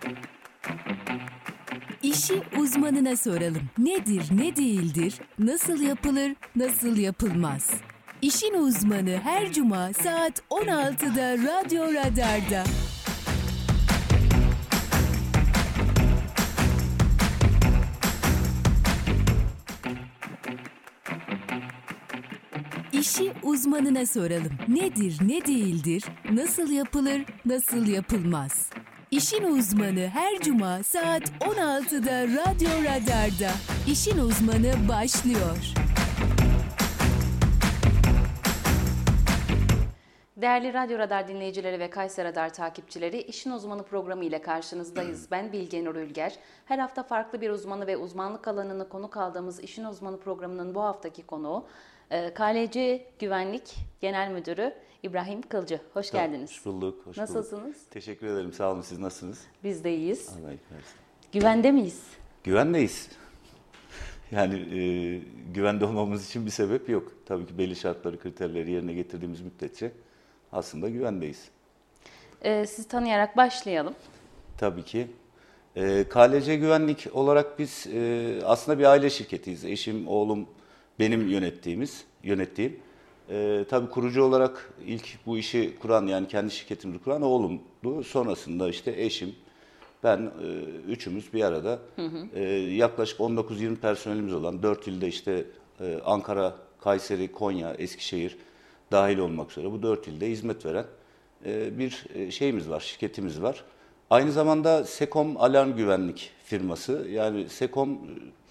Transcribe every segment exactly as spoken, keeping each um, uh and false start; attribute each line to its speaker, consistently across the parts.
Speaker 1: İşi uzmanına soralım. Nedir, ne değildir, nasıl yapılır, nasıl yapılmaz? İşin uzmanı her cuma saat on altıda Radyo Radar'da. İşi uzmanına soralım. Nedir, ne değildir, nasıl yapılır, nasıl yapılmaz? İşin uzmanı her cuma saat on altıda Radyo Radar'da. İşin uzmanı başlıyor.
Speaker 2: Değerli Radyo Radar dinleyicileri ve Kayseri Radar takipçileri, İşin Uzmanı programı ile karşınızdayız. Ben Bilge Nur Ülger. Her hafta farklı bir uzmanı ve uzmanlık alanını konuk aldığımız İşin Uzmanı programının bu haftaki konuğu K L C Güvenlik Genel Müdürü İbrahim Kılcı. Hoş geldiniz.
Speaker 3: Hoş bulduk. Hoş
Speaker 2: Nasılsınız?
Speaker 3: Bulduk. Teşekkür ederim. Sağ olun. Siz nasılsınız?
Speaker 2: Biz de iyiyiz.
Speaker 3: Allah iyilik versin.
Speaker 2: Güvende miyiz?
Speaker 3: Güvendeyiz. Yani e, güvende olmamız için bir sebep yok. Tabii ki belli şartları, kriterleri yerine getirdiğimiz müddetçe aslında güvendeyiz.
Speaker 2: Ee, sizi tanıyarak başlayalım.
Speaker 3: Tabii ki. E, K L C Güvenlik olarak biz e, aslında bir aile şirketiyiz. Eşim, oğlum, benim yönettiğimiz, yönettiğim. E, tabii kurucu olarak ilk bu işi kuran, yani kendi şirketimizi kuran oğlumdu. Sonrasında işte eşim, ben, e, üçümüz bir arada hı hı. E, yaklaşık on dokuz yirmi personelimiz olan dört ilde işte e, Ankara, Kayseri, Konya, Eskişehir dahil olmak üzere bu dört ilde hizmet veren e, bir şeyimiz var, şirketimiz var. Aynı zamanda Sekom Alarm Güvenlik firması, yani Sekom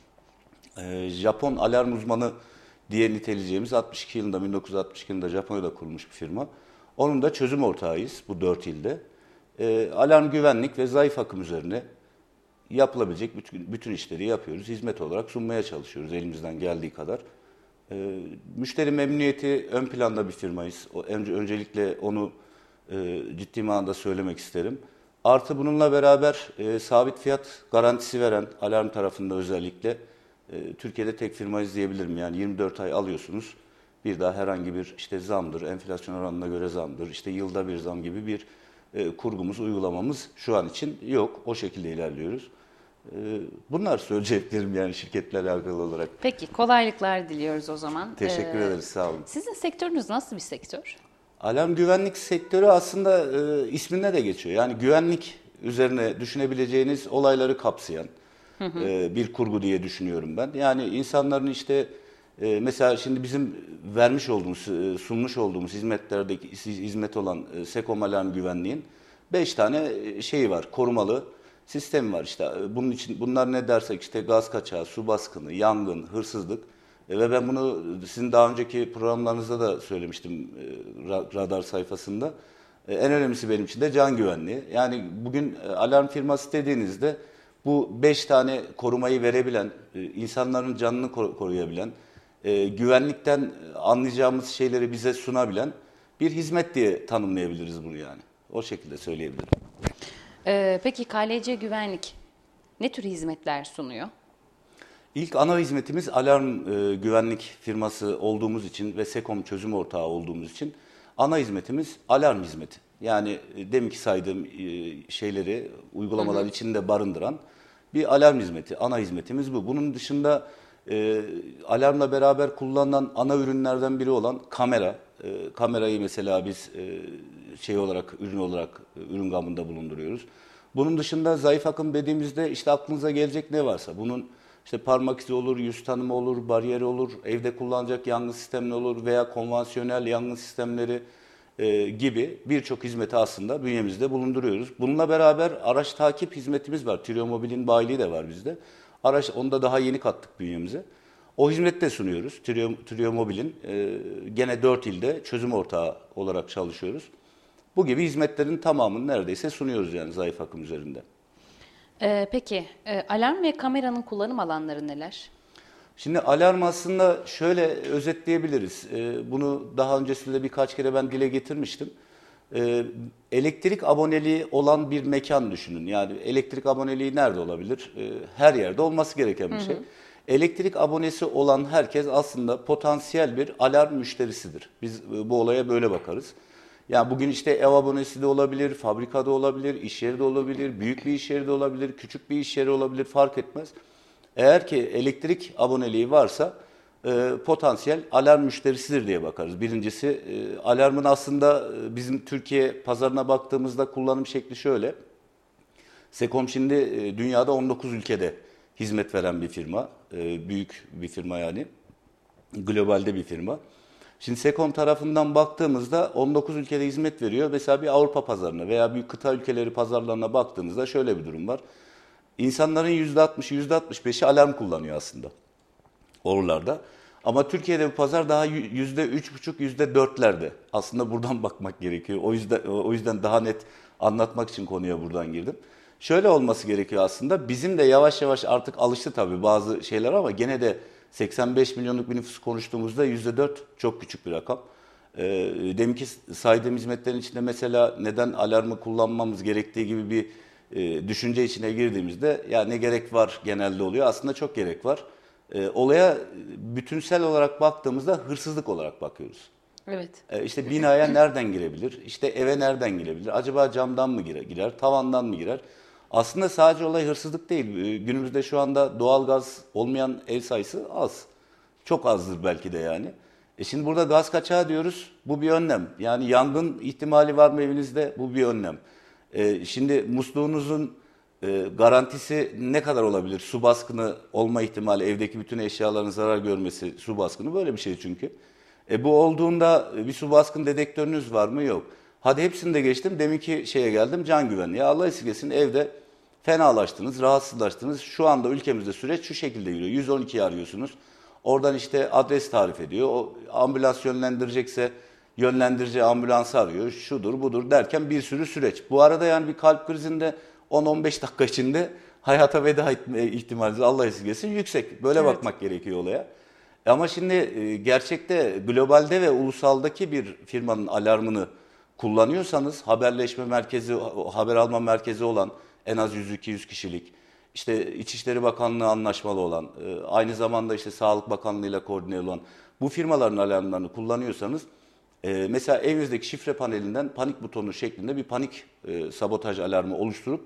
Speaker 3: e, Japon alarm uzmanı diye niteleyeceğimiz altmış iki yılında, bin dokuz yüz altmış iki yılında Japonya'da kurulmuş bir firma. Onun da çözüm ortağıyız bu dört ilde. E, alarm güvenlik ve zayıf akım üzerine yapılabilecek bütün, bütün işleri yapıyoruz. Hizmet olarak sunmaya çalışıyoruz elimizden geldiği kadar. E, müşteri memnuniyeti ön planda bir firmayız. O, önce, öncelikle onu e, ciddi manada söylemek isterim. Artı bununla beraber e, sabit fiyat garantisi veren alarm tarafında özellikle e, Türkiye'de tek firmayız diyebilirim. Yani yirmi dört ay alıyorsunuz. Bir daha herhangi bir işte zamdır, enflasyon oranına göre zamdır, işte yılda bir zam gibi bir e, kurgumuz, uygulamamız şu an için yok. O şekilde ilerliyoruz. E, bunlar söyleyeceklerim yani şirketle alakalı olarak.
Speaker 2: Peki, kolaylıklar diliyoruz o zaman.
Speaker 3: Teşekkür ee, ederiz, sağ olun.
Speaker 2: Sizin sektörünüz nasıl bir sektör?
Speaker 3: Alarm güvenlik sektörü aslında e, isminde de geçiyor. Yani güvenlik üzerine düşünebileceğiniz olayları kapsayan hı hı. E, bir kurgu diye düşünüyorum ben. Yani insanların işte e, mesela şimdi bizim vermiş olduğumuz, e, sunmuş olduğumuz hizmetlerdeki hizmet olan e, Sekom Alarm Güvenliğin beş tane şeyi var, korumalı sistemi var işte. Bunun için bunlar ne dersek işte gaz kaçağı, su baskını, yangın, hırsızlık. E, ve ben bunu sizin daha önceki programlarınızda da söylemiştim e, radar sayfasında. E, en önemlisi benim için de can güvenliği. Yani bugün e, alarm firması dediğinizde bu beş tane korumayı verebilen, e, insanların canını kor- koruyabilen, e, güvenlikten anlayacağımız şeyleri bize sunabilen bir hizmet diye tanımlayabiliriz bunu yani. O şekilde söyleyebilirim.
Speaker 2: Ee, peki K L C Güvenlik ne tür hizmetler sunuyor?
Speaker 3: İlk ana hizmetimiz alarm e, güvenlik firması olduğumuz için ve Sekom çözüm ortağı olduğumuz için ana hizmetimiz alarm hizmeti. Yani e, deminki saydığım e, şeyleri, uygulamalar hı hı. içinde barındıran bir alarm hizmeti. Ana hizmetimiz bu. Bunun dışında e, alarmla beraber kullanılan ana ürünlerden biri olan kamera. E, kamerayı mesela biz e, şey olarak, ürün olarak e, ürün gamında bulunduruyoruz. Bunun dışında zayıf akım dediğimizde işte aklınıza gelecek ne varsa bunun İşte parmak izi olur, yüz tanıma olur, bariyeri olur, evde kullanacak yangın sistemleri olur veya konvansiyonel yangın sistemleri e, gibi birçok hizmeti aslında bünyemizde bulunduruyoruz. Bununla beraber araç takip hizmetimiz var. Triomobil'in bayiliği de var bizde. Araç, onu da daha yeni kattık bünyemize. O hizmeti de sunuyoruz. Triomobil'in e, gene dört ilde çözüm ortağı olarak çalışıyoruz. Bu gibi hizmetlerin tamamını neredeyse sunuyoruz yani zayıf akım üzerinde.
Speaker 2: Ee, peki, e, alarm ve kameranın kullanım alanları neler?
Speaker 3: Şimdi alarm aslında şöyle özetleyebiliriz. E, bunu daha öncesinde birkaç kere ben dile getirmiştim. E, elektrik aboneliği olan bir mekan düşünün. Yani elektrik aboneliği nerede olabilir? E, her yerde olması gereken bir şey. Hı hı. Elektrik abonesi olan herkes aslında potansiyel bir alarm müşterisidir. Biz e, bu olaya böyle bakarız. Yani bugün işte ev abonesi de olabilir, fabrikada olabilir, iş yeri de olabilir, büyük bir iş yeri de olabilir, küçük bir iş yeri olabilir, fark etmez. Eğer ki elektrik aboneliği varsa e, potansiyel alarm müşterisidir diye bakarız. Birincisi e, alarmın aslında e, bizim Türkiye pazarına baktığımızda kullanım şekli şöyle. Sekom şimdi e, dünyada on dokuz ülkede hizmet veren bir firma, e, büyük bir firma yani, globalde bir firma. Şimdi Sekom tarafından baktığımızda on dokuz ülkede hizmet veriyor. Mesela bir Avrupa pazarına veya büyük kıta ülkeleri pazarlarına baktığımızda şöyle bir durum var. İnsanların yüzde altmışı, yüzde altmış beşi alarm kullanıyor aslında oralarda. Ama Türkiye'de bu pazar daha yüzde üç buçuk, yüzde dörtlerde. Aslında buradan bakmak gerekiyor. O yüzden o yüzden daha net anlatmak için konuya buradan girdim. Şöyle olması gerekiyor aslında. Bizim de yavaş yavaş artık alıştı tabii bazı şeyler ama gene de seksen beş milyonluk bir nüfus konuştuğumuzda yüzde dört çok küçük bir rakam. E, deminki saydığım hizmetlerin içinde mesela neden alarmı kullanmamız gerektiği gibi bir e, düşünce içine girdiğimizde ya ne gerek var genelde oluyor. Aslında çok gerek var. E, olaya bütünsel olarak baktığımızda hırsızlık olarak bakıyoruz.
Speaker 2: Evet.
Speaker 3: E, işte binaya nereden girebilir? İşte eve nereden girebilir? Acaba camdan mı girer, girer tavandan mı girer? Aslında sadece olay hırsızlık değil. E, günümüzde şu anda doğalgaz olmayan ev sayısı az. Çok azdır belki de yani. E şimdi burada gaz kaçağı diyoruz. Bu bir önlem. Yani yangın ihtimali var mı evinizde? Bu bir önlem. E, şimdi musluğunuzun e, garantisi ne kadar olabilir? Su baskını olma ihtimali, evdeki bütün eşyaların zarar görmesi, su baskını böyle bir şey çünkü. E bu olduğunda bir su baskın dedektörünüz var mı? Yok. Hadi hepsini de geçtim. Deminki şeye geldim, can güvenliği. Allah esirgesin, evde fenalaştınız, rahatsızlaştınız. Şu anda ülkemizde süreç şu şekilde yürüyor. yüz on ikiyi arıyorsunuz. Oradan işte adres tarif ediyor. O ambulans yönlendirecekse yönlendirici ambulansı arıyor. Şudur budur derken bir sürü süreç. Bu arada yani bir kalp krizinde on on beş dakika içinde hayata veda etme ihtimali Allah esirgesin yüksek. Böyle evet. Bakmak gerekiyor olaya. Ama şimdi gerçekte globalde ve ulusaldaki bir firmanın alarmını kullanıyorsanız haberleşme merkezi, haber alma merkezi olan en az yüz iki yüz kişilik, işte İçişleri Bakanlığı anlaşmalı olan, aynı zamanda işte Sağlık Bakanlığı ile koordine olan bu firmaların alarmlarını kullanıyorsanız mesela evinizdeki şifre panelinden panik butonu şeklinde bir panik sabotaj alarmı oluşturup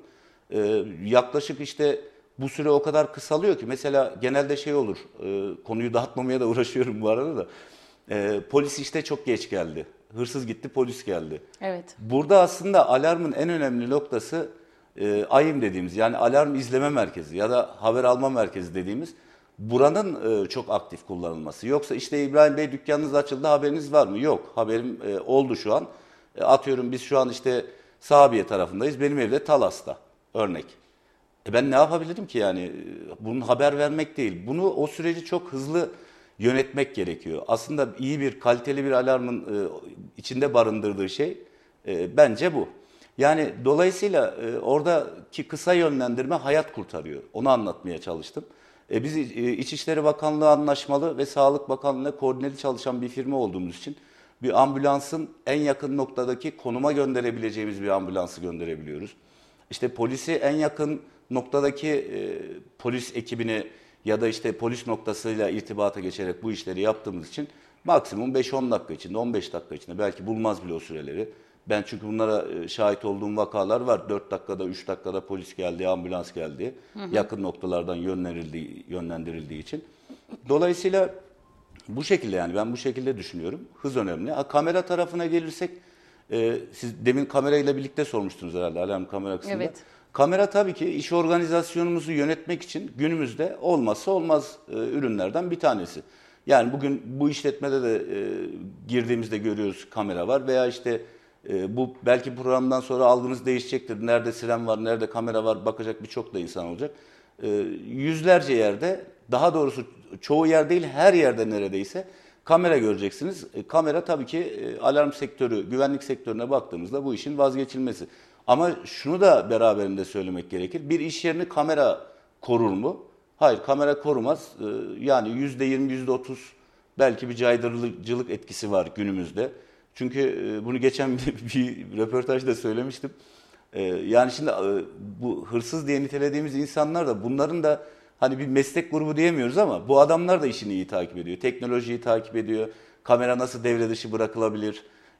Speaker 3: yaklaşık işte bu süre o kadar kısalıyor ki mesela genelde şey olur, e, konuyu dağıtmamaya da uğraşıyorum bu arada da, e, polis işte çok geç geldi, hırsız gitti polis geldi.
Speaker 2: Evet.
Speaker 3: Burada aslında alarmın en önemli noktası e, A İ M dediğimiz yani alarm izleme merkezi ya da haber alma merkezi dediğimiz buranın e, çok aktif kullanılması. Yoksa işte İbrahim Bey dükkanınız açıldı haberiniz var mı? Yok, haberim e, oldu şu an. E, atıyorum biz şu an işte Sahabiye tarafındayız, benim evde Talas'ta örnek. E ben ne yapabilirim ki yani? Bunun haber vermek değil. Bunu o süreci çok hızlı yönetmek gerekiyor. Aslında iyi bir, kaliteli bir alarmın e, içinde barındırdığı şey e, bence bu. Yani dolayısıyla e, oradaki kısa yönlendirme hayat kurtarıyor. Onu anlatmaya çalıştım. E, biz e, İçişleri Bakanlığı anlaşmalı ve Sağlık Bakanlığı'na koordineli çalışan bir firma olduğumuz için bir ambulansın en yakın noktadaki konuma gönderebileceğimiz bir ambulansı gönderebiliyoruz. İşte polisi en yakın noktadaki e, polis ekibini ya da işte polis noktasıyla irtibata geçerek bu işleri yaptığımız için maksimum beş on dakika içinde, on beş dakika içinde belki bulmaz bile o süreleri. Ben çünkü bunlara e, şahit olduğum vakalar var. dört dakikada, üç dakikada polis geldi, ambulans geldi. Hı hı. Yakın noktalardan yönlendirildiği, yönlendirildiği için. Dolayısıyla bu şekilde yani ben bu şekilde düşünüyorum. Hız önemli. Ha, kamera tarafına gelirsek, e, siz demin kamerayla birlikte sormuştunuz herhalde alarm kamera kısmında. Evet. Kamera tabii ki iş organizasyonumuzu yönetmek için günümüzde olmazsa olmaz e, ürünlerden bir tanesi. Yani bugün bu işletmede de e, girdiğimizde görüyoruz kamera var veya işte e, bu belki programdan sonra algınız değişecektir. Nerede siren var, nerede kamera var bakacak birçok da insan olacak. E, yüzlerce yerde, daha doğrusu çoğu yer değil her yerde neredeyse kamera göreceksiniz. E, kamera tabii ki e, alarm sektörü, güvenlik sektörüne baktığımızda bu işin vazgeçilmesi. Ama şunu da beraberinde söylemek gerekir. Bir iş yerini kamera korur mu? Hayır, kamera korumaz. Ee, yani yüzde yirmi, yüzde otuz belki bir caydırıcılık etkisi var günümüzde. Çünkü e, bunu geçen bir, bir röportajda söylemiştim. Ee, yani şimdi e, bu hırsız diye nitelediğimiz insanlar da bunların da hani bir meslek grubu diyemiyoruz ama bu adamlar da işini iyi takip ediyor. Teknolojiyi takip ediyor. Kamera nasıl devre dışı bırakılabilir?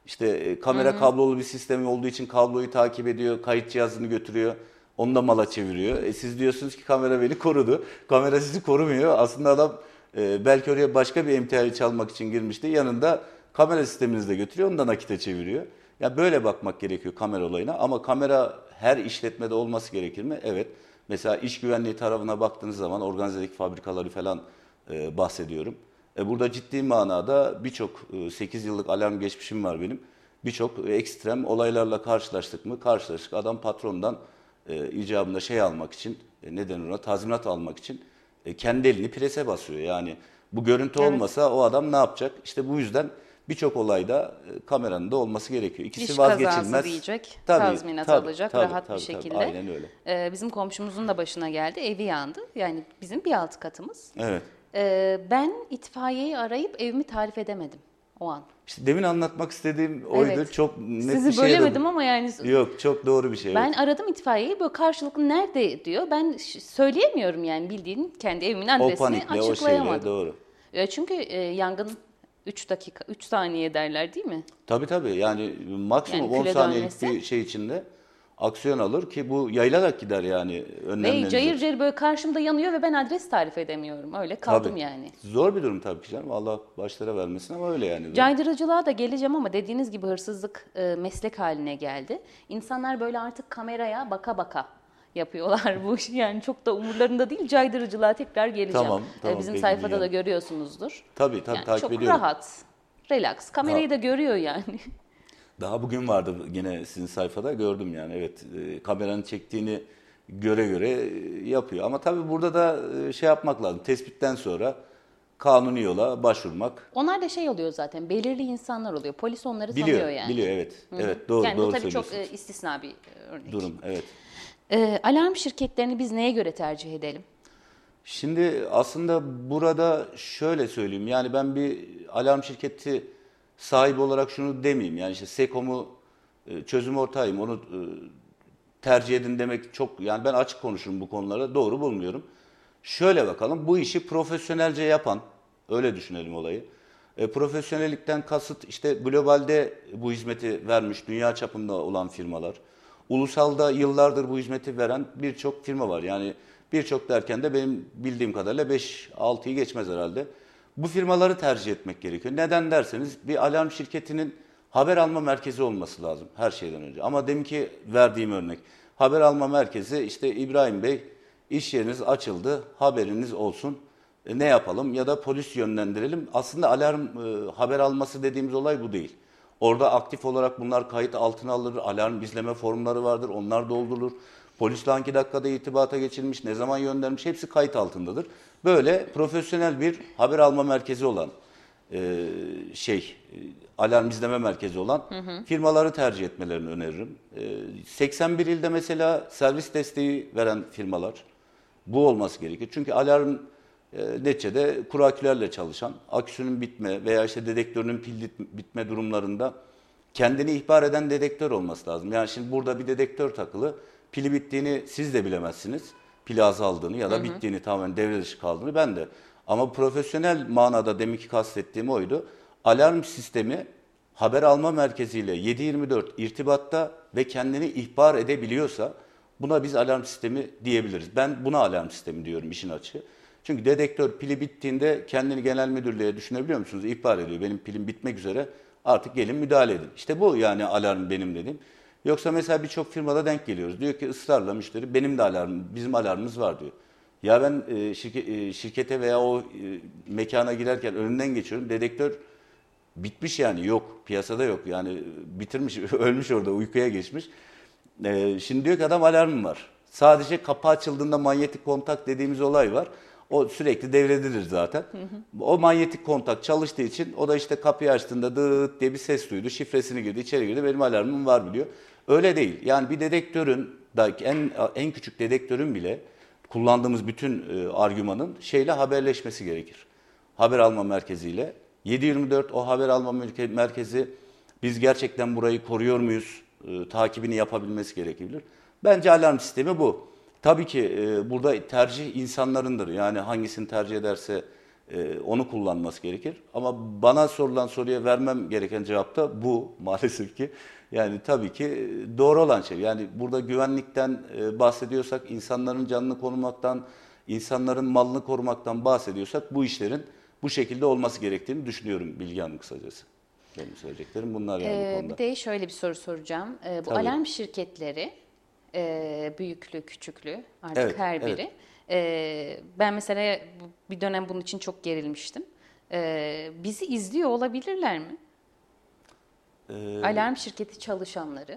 Speaker 3: İşte e, kamera kablolu bir sistemi olduğu için kabloyu takip ediyor, kayıt cihazını götürüyor. Onu da mala çeviriyor. E siz diyorsunuz ki kamera beni korudu. Kamera sizi korumuyor. Aslında adam e, belki oraya başka bir emtiayı çalmak için girmişti. Yanında kamera sisteminizi de götürüyor. Onu da nakite çeviriyor. Ya böyle bakmak gerekiyor kamera olayına. Ama kamera her işletmede olması gerekir mi? Evet. Mesela iş güvenliği tarafına baktığınız zaman organizedeki fabrikaları falan e, bahsediyorum. E, burada ciddi manada birçok e, sekiz yıllık alarm geçmişim var benim. Birçok ekstrem olaylarla karşılaştık mı? Karşılaştık. Adam patrondan e, icabında şey almak için, e, ne denir ona, tazminat almak için e, kendi elini prese basıyor. Yani bu görüntü
Speaker 2: Evet.
Speaker 3: olmasa o adam ne yapacak? İşte bu yüzden birçok olayda e, kameranın da olması gerekiyor. İkisi
Speaker 2: İş
Speaker 3: vazgeçilmez.
Speaker 2: kazası diyecek,
Speaker 3: Tabii,
Speaker 2: tazminat
Speaker 3: tabii,
Speaker 2: alacak
Speaker 3: tabii,
Speaker 2: rahat
Speaker 3: tabii,
Speaker 2: bir
Speaker 3: tabii.
Speaker 2: şekilde.
Speaker 3: Aynen öyle.
Speaker 2: Ee, bizim komşumuzun da başına geldi, evi yandı. Yani bizim bir alt katımız.
Speaker 3: Evet.
Speaker 2: Ee, ben itfaiyeyi arayıp evimi tarif edemedim o an.
Speaker 3: İşte demin anlatmak istediğim oydu.
Speaker 2: Evet.
Speaker 3: Çok net
Speaker 2: Sizi
Speaker 3: bir şey.
Speaker 2: bölemedim ama yani
Speaker 3: Yok, çok doğru bir şey.
Speaker 2: ben
Speaker 3: evet.
Speaker 2: aradım itfaiyeyi, böyle karşılıklı nerede diyor. Ben ş- söyleyemiyorum yani, bildiğin kendi evimin
Speaker 3: O
Speaker 2: adresini
Speaker 3: panikle, o şeyle
Speaker 2: açıklayamadım.
Speaker 3: doğru.
Speaker 2: E, çünkü e, yangın üç dakika, üç saniye derler değil mi?
Speaker 3: Tabii tabii yani maksimum
Speaker 2: Yani
Speaker 3: on
Speaker 2: küle
Speaker 3: saniyelik
Speaker 2: dönmesi.
Speaker 3: bir şey içinde aksiyon alır ki bu yayılarak gider yani
Speaker 2: Ve
Speaker 3: önlemlerinize.
Speaker 2: cayır cayır böyle karşımda yanıyor ve ben adres tarif edemiyorum. Öyle kaldım
Speaker 3: Tabii.
Speaker 2: yani.
Speaker 3: Zor bir durum tabii ki canım. Allah başlara vermesin ama öyle yani.
Speaker 2: Caydırıcılığa da geleceğim ama dediğiniz gibi hırsızlık e, meslek haline geldi. İnsanlar böyle artık kameraya baka baka yapıyorlar bu işi. Yani çok da umurlarında değil. Caydırıcılığa tekrar geleceğim.
Speaker 3: Tamam, tamam,
Speaker 2: E, bizim
Speaker 3: peki,
Speaker 2: sayfada da
Speaker 3: biliyorum.
Speaker 2: görüyorsunuzdur.
Speaker 3: Tabii tabii
Speaker 2: Yani
Speaker 3: takip
Speaker 2: çok
Speaker 3: ediyorum.
Speaker 2: rahat, relax. Kamerayı da görüyor yani.
Speaker 3: Daha bugün vardı yine sizin sayfada gördüm yani evet e, kameranın çektiğini göre göre e, yapıyor. Ama tabii burada da e, şey yapmak lazım. Tespitten sonra kanuni yola başvurmak.
Speaker 2: Onlar da şey oluyor zaten, belirli insanlar oluyor. Polis onları
Speaker 3: Biliyor,
Speaker 2: tanıyor yani.
Speaker 3: biliyor evet. Evet doğru
Speaker 2: Yani
Speaker 3: doğru
Speaker 2: bu tabii çok
Speaker 3: söylüyorsunuz.
Speaker 2: e, istisna bir e, örnek.
Speaker 3: Durum evet.
Speaker 2: E, alarm şirketlerini biz neye göre tercih edelim?
Speaker 3: Şimdi aslında burada şöyle söyleyeyim. Yani ben bir alarm şirketi sahibi olarak şunu demeyeyim. Yani işte Sekom'u e, çözüm ortağıyım. Onu e, tercih edin demek çok yani ben açık konuşurum bu konularda. Doğru bulmuyorum. Şöyle bakalım. Bu işi profesyonelce yapan, öyle düşünelim olayı. E, profesyonellikten kasıt işte globalde bu hizmeti vermiş, dünya çapında olan firmalar. Ulusalda yıllardır bu hizmeti veren birçok firma var. Yani birçok derken de benim bildiğim kadarıyla beş altıyı geçmez herhalde. Bu firmaları tercih etmek gerekiyor. Neden derseniz bir alarm şirketinin haber alma merkezi olması lazım her şeyden önce. Ama deminki verdiğim örnek haber alma merkezi işte İbrahim Bey iş yeriniz açıldı haberiniz olsun. E, ne yapalım ya da polis yönlendirelim. Aslında alarm e, haber alması dediğimiz olay bu değil. Orada aktif olarak bunlar kayıt altına alınır. Alarm izleme formları vardır. Onlar doldurulur. Polisle hangi dakikada irtibata geçilmiş, ne zaman göndermiş hepsi kayıt altındadır. Böyle profesyonel bir haber alma merkezi olan e, şey, e, alarm izleme merkezi olan hı hı. firmaları tercih etmelerini öneririm. E, seksen bir ilde mesela servis desteği veren firmalar bu olması gerekiyor. Çünkü alarm e, neticede kuru akülerle çalışan, aküsünün bitme veya işte dedektörünün pil bitme durumlarında kendini ihbar eden dedektör olması lazım. Yani şimdi burada bir dedektör takılı, pili bittiğini siz de bilemezsiniz. Pili azaldığını ya da hı hı. bittiğini tamamen devre dışı kaldığını ben de. Ama profesyonel manada deminki kastettiğim oydu. Alarm sistemi haber alma merkeziyle yedi yirmi dört irtibatta ve kendini ihbar edebiliyorsa buna biz alarm sistemi diyebiliriz. Ben buna alarm sistemi diyorum işin açığı. Çünkü dedektör pili bittiğinde kendini genel müdürlüğe düşünebiliyor musunuz? İhbar ediyor. Benim pilim bitmek üzere artık gelin müdahale edin. İşte bu yani alarm benim dediğim. Yoksa mesela birçok firmada denk geliyoruz. Diyor ki ısrarla müşteri benim de alarmım, bizim alarmımız var diyor. Ya ben e, şirket, e, şirkete veya o e, mekana girerken önünden geçiyorum. Dedektör bitmiş yani yok. Piyasada yok. Yani bitirmiş, ölmüş orada uykuya geçmiş. E, şimdi diyor ki adam alarmım var. Sadece kapı açıldığında manyetik kontak dediğimiz olay var. O sürekli devredilir zaten. Hı hı. O manyetik kontak çalıştığı için o da işte kapıyı açtığında dıt diye bir ses duydu. Şifresini girdi, içeri girdi. Benim alarmım var biliyor. Öyle değil. Yani bir dedektörün, en en küçük dedektörün bile kullandığımız bütün e, argümanın şeyle haberleşmesi gerekir. Haber alma merkeziyle. yedi yirmi dört o haber alma merkezi biz gerçekten burayı koruyor muyuz? E, takibini yapabilmesi gerekebilir. Bence alarm sistemi bu. Tabii ki e, burada tercih insanlarındır. Yani hangisini tercih ederse e, onu kullanması gerekir. Ama bana sorulan soruya vermem gereken cevap da bu maalesef ki. Yani tabii ki doğru olan şey. Yani burada güvenlikten e, bahsediyorsak, insanların canını korumaktan, insanların malını korumaktan bahsediyorsak bu işlerin bu şekilde olması gerektiğini düşünüyorum Bilge Hanım kısacası. Benim söyleyeceklerim bunlar yani bu
Speaker 2: Ee,
Speaker 3: konuda.
Speaker 2: bir de şöyle bir soru soracağım. Ee, bu
Speaker 3: Tabii.
Speaker 2: alarm şirketleri, e, büyüklü, küçüklü artık
Speaker 3: Evet,
Speaker 2: her
Speaker 3: evet.
Speaker 2: biri. Ee, ben mesela bu- bir dönem bunun için çok gerilmiştim. Ee, bizi izliyor olabilirler mi?
Speaker 3: Ee,
Speaker 2: Alarm şirketi çalışanları.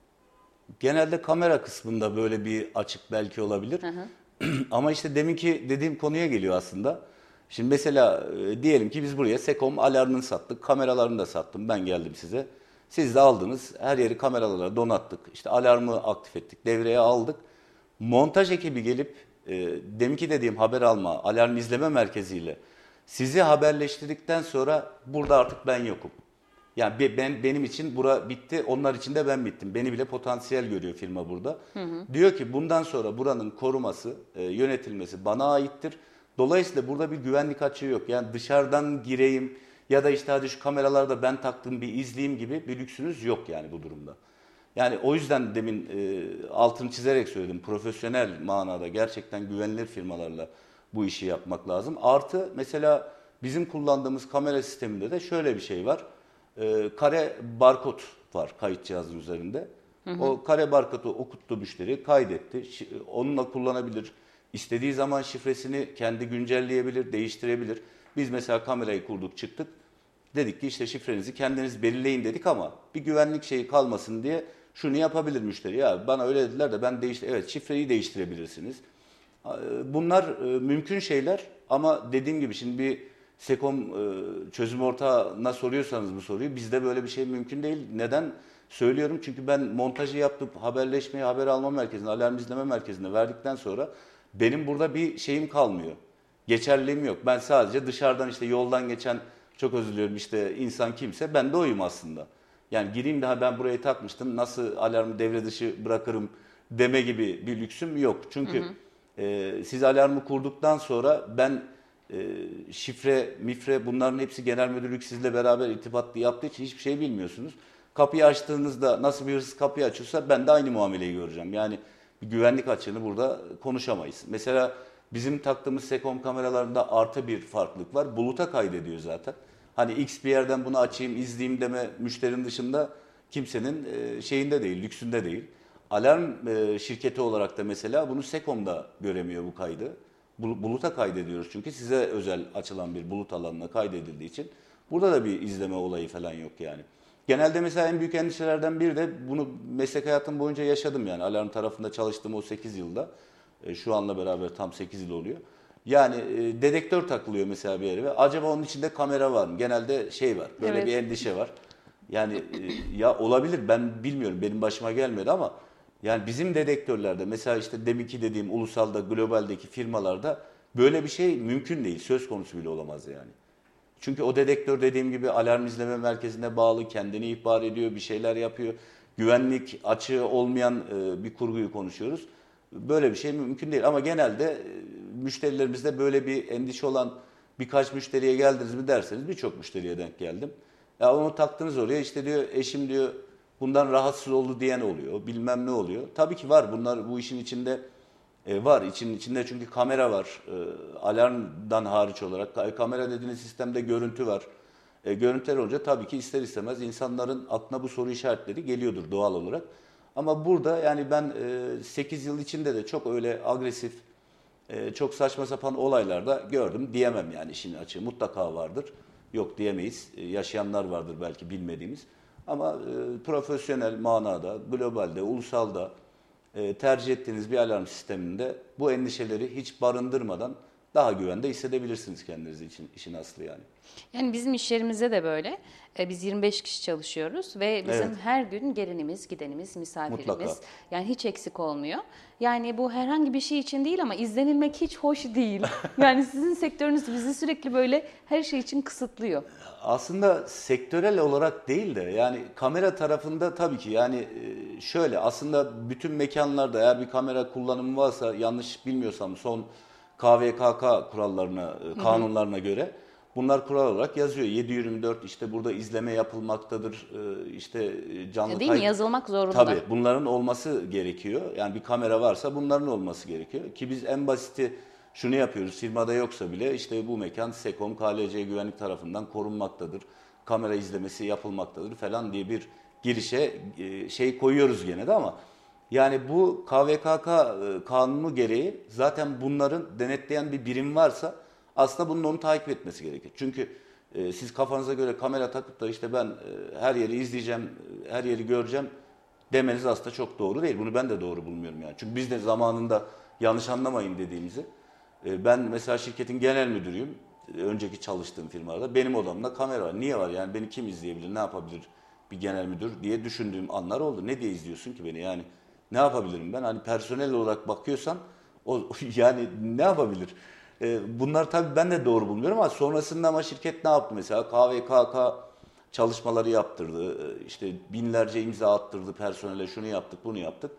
Speaker 3: Genelde kamera kısmında böyle bir açık belki olabilir.
Speaker 2: Hı hı.
Speaker 3: Ama işte deminki dediğim konuya geliyor aslında. Şimdi mesela e, diyelim ki biz buraya Sekom alarmını sattık, kameralarını da sattım. Ben geldim size. Siz de aldınız, her yeri kameralarla donattık. İşte alarmı aktif ettik, devreye aldık. Montaj ekibi gelip e, deminki dediğim haber alma, alarm izleme merkeziyle sizi haberleştirdikten sonra burada artık ben yokum. Yani be- ben benim için bura bitti, onlar için de ben bittim. Beni bile potansiyel görüyor firma burada. Diyor ki bundan sonra buranın koruması, e, yönetilmesi bana aittir. Dolayısıyla burada bir güvenlik açığı yok. Yani dışarıdan gireyim ya da işte hadi şu kameralarda ben taktım bir izleyeyim gibi bir lüksünüz yok yani bu durumda. Yani o yüzden demin e, altını çizerek söyledim. Profesyonel manada gerçekten güvenilir firmalarla bu işi yapmak lazım. Artı mesela bizim kullandığımız kamera sisteminde de şöyle bir şey var. E, kare barkod var kayıt cihazının üzerinde. Hı hı. O kare barkodu okuttu müşteri, kaydetti. Şi- Onunla kullanabilir. İstediği zaman şifresini kendi güncelleyebilir, değiştirebilir. Biz mesela kamerayı kurduk, çıktık. Dedik ki işte şifrenizi kendiniz belirleyin dedik ama bir güvenlik şeyi kalmasın diye şunu yapabilir müşteri. Ya bana öyle dediler de ben değiştir. Evet, şifreyi değiştirebilirsiniz. Bunlar e, mümkün şeyler ama dediğim gibi şimdi bir Sekom e, çözüm ortağına soruyorsanız bu soruyu bizde böyle bir şey mümkün değil. Neden söylüyorum? Çünkü ben montajı yaptım, haberleşmeyi haber alma merkezine, alarm izleme merkezine verdikten sonra benim burada bir şeyim kalmıyor. Geçerliliğim yok. Ben sadece dışarıdan işte yoldan geçen çok özür diliyorum işte insan kimse ben de oyum aslında. Yani gireyim daha ben burayı takmıştım nasıl alarmı devre dışı bırakırım deme gibi bir lüksüm yok. Çünkü hı hı. E, siz alarmı kurduktan sonra ben e, şifre, mifre bunların hepsi genel müdürlük sizle beraber irtibatlı yaptığı için hiçbir şey bilmiyorsunuz. Kapıyı açtığınızda nasıl bir hırsız kapıyı açıyorsa ben de aynı muameleyi göreceğim. Yani bir güvenlik açığını burada konuşamayız. Mesela bizim taktığımız Sekom kameralarında artı bir farklılık var. Buluta kaydediyor zaten. Hani X bir yerden bunu açayım, izleyeyim deme müşterinin dışında kimsenin e, şeyinde değil, lüksünde değil. Alarm e, şirketi olarak da mesela bunu Sekom'da göremiyor bu kaydı. Buluta kaydediyoruz çünkü size özel açılan bir bulut alanına kaydedildiği için. Burada da bir izleme olayı falan yok yani. Genelde mesela en büyük endişelerden biri de bunu meslek hayatım boyunca yaşadım yani. Alarm tarafında çalıştığım o sekiz yılda. E, şu anla beraber tam sekiz yıl oluyor. Yani e, dedektör takılıyor mesela bir yere ve acaba onun içinde kamera var mı? Genelde şey var, böyle
Speaker 2: Evet.
Speaker 3: bir endişe var. Yani e, ya olabilir ben bilmiyorum benim başıma gelmedi ama yani bizim dedektörlerde mesela işte deminki dediğim ulusalda, globaldeki firmalarda böyle bir şey mümkün değil. Söz konusu bile olamaz yani. Çünkü o dedektör dediğim gibi alarm izleme merkezine bağlı, kendini ihbar ediyor, bir şeyler yapıyor. Güvenlik açığı olmayan e, bir kurguyu konuşuyoruz. Böyle bir şey mümkün değil ama genelde e, müşterilerimizde böyle bir endişe olan birkaç müşteriye geldiniz mi derseniz birçok müşteriye denk geldim. Ya onu taktınız oraya işte diyor eşim diyor bundan rahatsız oldu diyen oluyor, bilmem ne oluyor. Tabii ki var bunlar bu işin içinde e, var. İçinin içinde çünkü kamera var. E, alarmdan hariç olarak e, kamera dediğiniz sistemde görüntü var. E, görüntüler olunca tabii ki ister istemez insanların aklına bu soru işaretleri geliyordur doğal olarak. Ama burada yani ben e, sekiz yıl içinde de çok öyle agresif, e, çok saçma sapan olaylarda gördüm diyemem yani işin açığı. Mutlaka vardır. Yok diyemeyiz. E, yaşayanlar vardır belki bilmediğimiz. Ama e, profesyonel manada, globalde, ulusalda e, tercih ettiğiniz bir alarm sisteminde bu endişeleri hiç barındırmadan daha güvende hissedebilirsiniz kendiniz için işin aslı yani.
Speaker 2: Yani bizim iş yerimizde de böyle. Ee, Biz yirmi beş kişi çalışıyoruz ve bizim
Speaker 3: Evet.
Speaker 2: her gün gelenimiz, gidenimiz, misafirimiz.
Speaker 3: Mutlaka.
Speaker 2: Yani hiç eksik olmuyor. Yani bu herhangi bir şey için değil ama izlenilmek hiç hoş değil. Yani sizin sektörünüz bizi sürekli böyle her şey için kısıtlıyor.
Speaker 3: Aslında sektörel olarak değil de yani kamera tarafında tabii ki yani e, şöyle aslında bütün mekanlarda eğer bir kamera kullanımı varsa yanlış bilmiyorsam son K V K K kurallarına, kanunlarına göre bunlar kural olarak yazıyor. yedi yirmi dört işte burada izleme yapılmaktadır. İşte canlı
Speaker 2: Değil
Speaker 3: kayıt.
Speaker 2: mi? Yazılmak zorunda.
Speaker 3: Tabii bunların olması gerekiyor. Yani bir kamera varsa bunların olması gerekiyor. Ki biz en basiti şunu yapıyoruz. Firmada yoksa bile işte bu mekan SEKOM, K L C güvenlik tarafından korunmaktadır. Kamera izlemesi yapılmaktadır falan diye bir girişe şey koyuyoruz gene de ama yani bu K V K K kanunu gereği zaten bunların denetleyen bir birim varsa aslında bunun onu takip etmesi gerekir. Çünkü e, siz kafanıza göre kamera takıp da işte ben e, her yeri izleyeceğim, her yeri göreceğim demeniz aslında çok doğru değil. Bunu ben de doğru bulmuyorum yani. Çünkü biz de zamanında yanlış anlamayın dediğimizi e, ben mesela şirketin genel müdürüyüm. E, önceki çalıştığım firmada benim odamda kamera var. Niye var yani beni kim izleyebilir, ne yapabilir bir genel müdür diye düşündüğüm anlar oldu. Ne diye izliyorsun ki beni yani? Ne yapabilirim ben? Hani personel olarak bakıyorsan o yani ne yapabilir? Bunlar tabii ben de doğru bulmuyorum ama sonrasında ama şirket ne yaptı mesela? K V K K çalışmaları yaptırdı. İşte binlerce imza attırdı personele, şunu yaptık, bunu yaptık.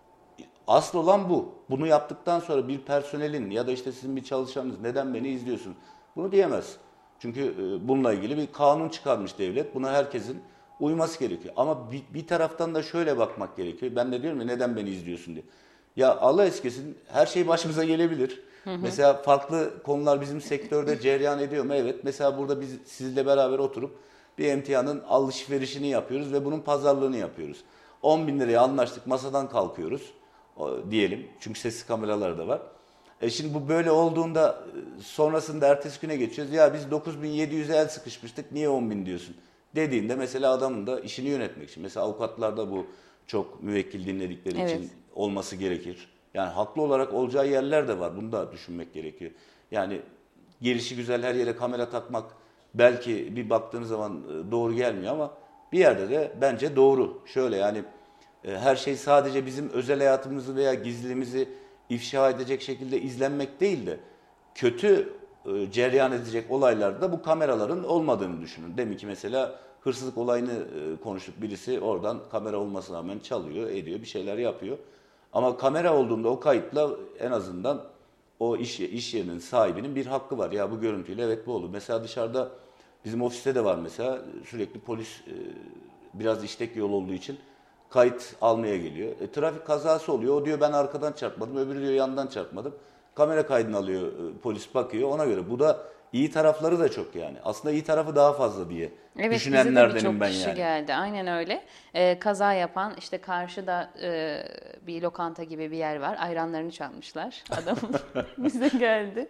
Speaker 3: Asıl olan bu. Bunu yaptıktan sonra bir personelin ya da işte sizin bir çalışanınız neden beni izliyorsun? Bunu diyemez. Çünkü bununla ilgili bir kanun çıkarmış devlet. Buna herkesin uyması gerekiyor. Ama bir, bir taraftan da şöyle bakmak gerekiyor. Ben de diyorum ya neden beni izliyorsun diye. Ya Allah eskisin her şey başımıza gelebilir. Hı hı. Mesela farklı konular bizim sektörde cereyan ediyor mu? Evet. Mesela burada biz sizinle beraber oturup bir emtianın alışverişini yapıyoruz ve bunun pazarlığını yapıyoruz. on bin liraya anlaştık, masadan kalkıyoruz diyelim. Çünkü sesli kameralar da var. E şimdi bu böyle olduğunda sonrasında ertesi güne geçiyoruz. Ya biz dokuz bin yedi yüze el sıkışmıştık, niye on bin diyorsun? Dediğinde mesela adamın da işini yönetmek için. Mesela avukatlarda bu çok müvekkil dinledikleri evet. için olması gerekir. Yani haklı olarak olacağı yerler de var. Bunu da düşünmek gerekiyor. Yani gelişi güzel her yere kamera takmak belki bir baktığınız zaman doğru gelmiyor ama bir yerde de bence doğru. Şöyle yani her şey sadece bizim özel hayatımızı veya gizliliğimizi ifşa edecek şekilde izlenmek değil de kötü cereyan edecek olaylarda bu kameraların olmadığını düşünün. Demin ki mesela hırsızlık olayını konuştuk. Birisi oradan kamera olmasına rağmen çalıyor, ediyor, bir şeyler yapıyor. Ama kamera olduğunda o kayıtla en azından o iş, iş yerinin sahibinin bir hakkı var. Ya bu görüntüyle evet bu olur. Mesela dışarıda bizim ofiste de var mesela sürekli polis biraz işlek yol olduğu için kayıt almaya geliyor. E, trafik kazası oluyor. O diyor ben arkadan çarpmadım. Öbürü diyor yandan çarpmadım. Kamera kaydını alıyor e, polis bakıyor ona göre. Bu da iyi tarafları da çok yani. Aslında iyi tarafı daha fazla diye
Speaker 2: evet,
Speaker 3: düşünenlerdenim ben yani. Evet bize de birçok
Speaker 2: kişi geldi. Aynen öyle. Ee, kaza yapan işte karşıda e, bir lokanta gibi bir yer var. Ayranlarını çalmışlar adamın. Bize geldi.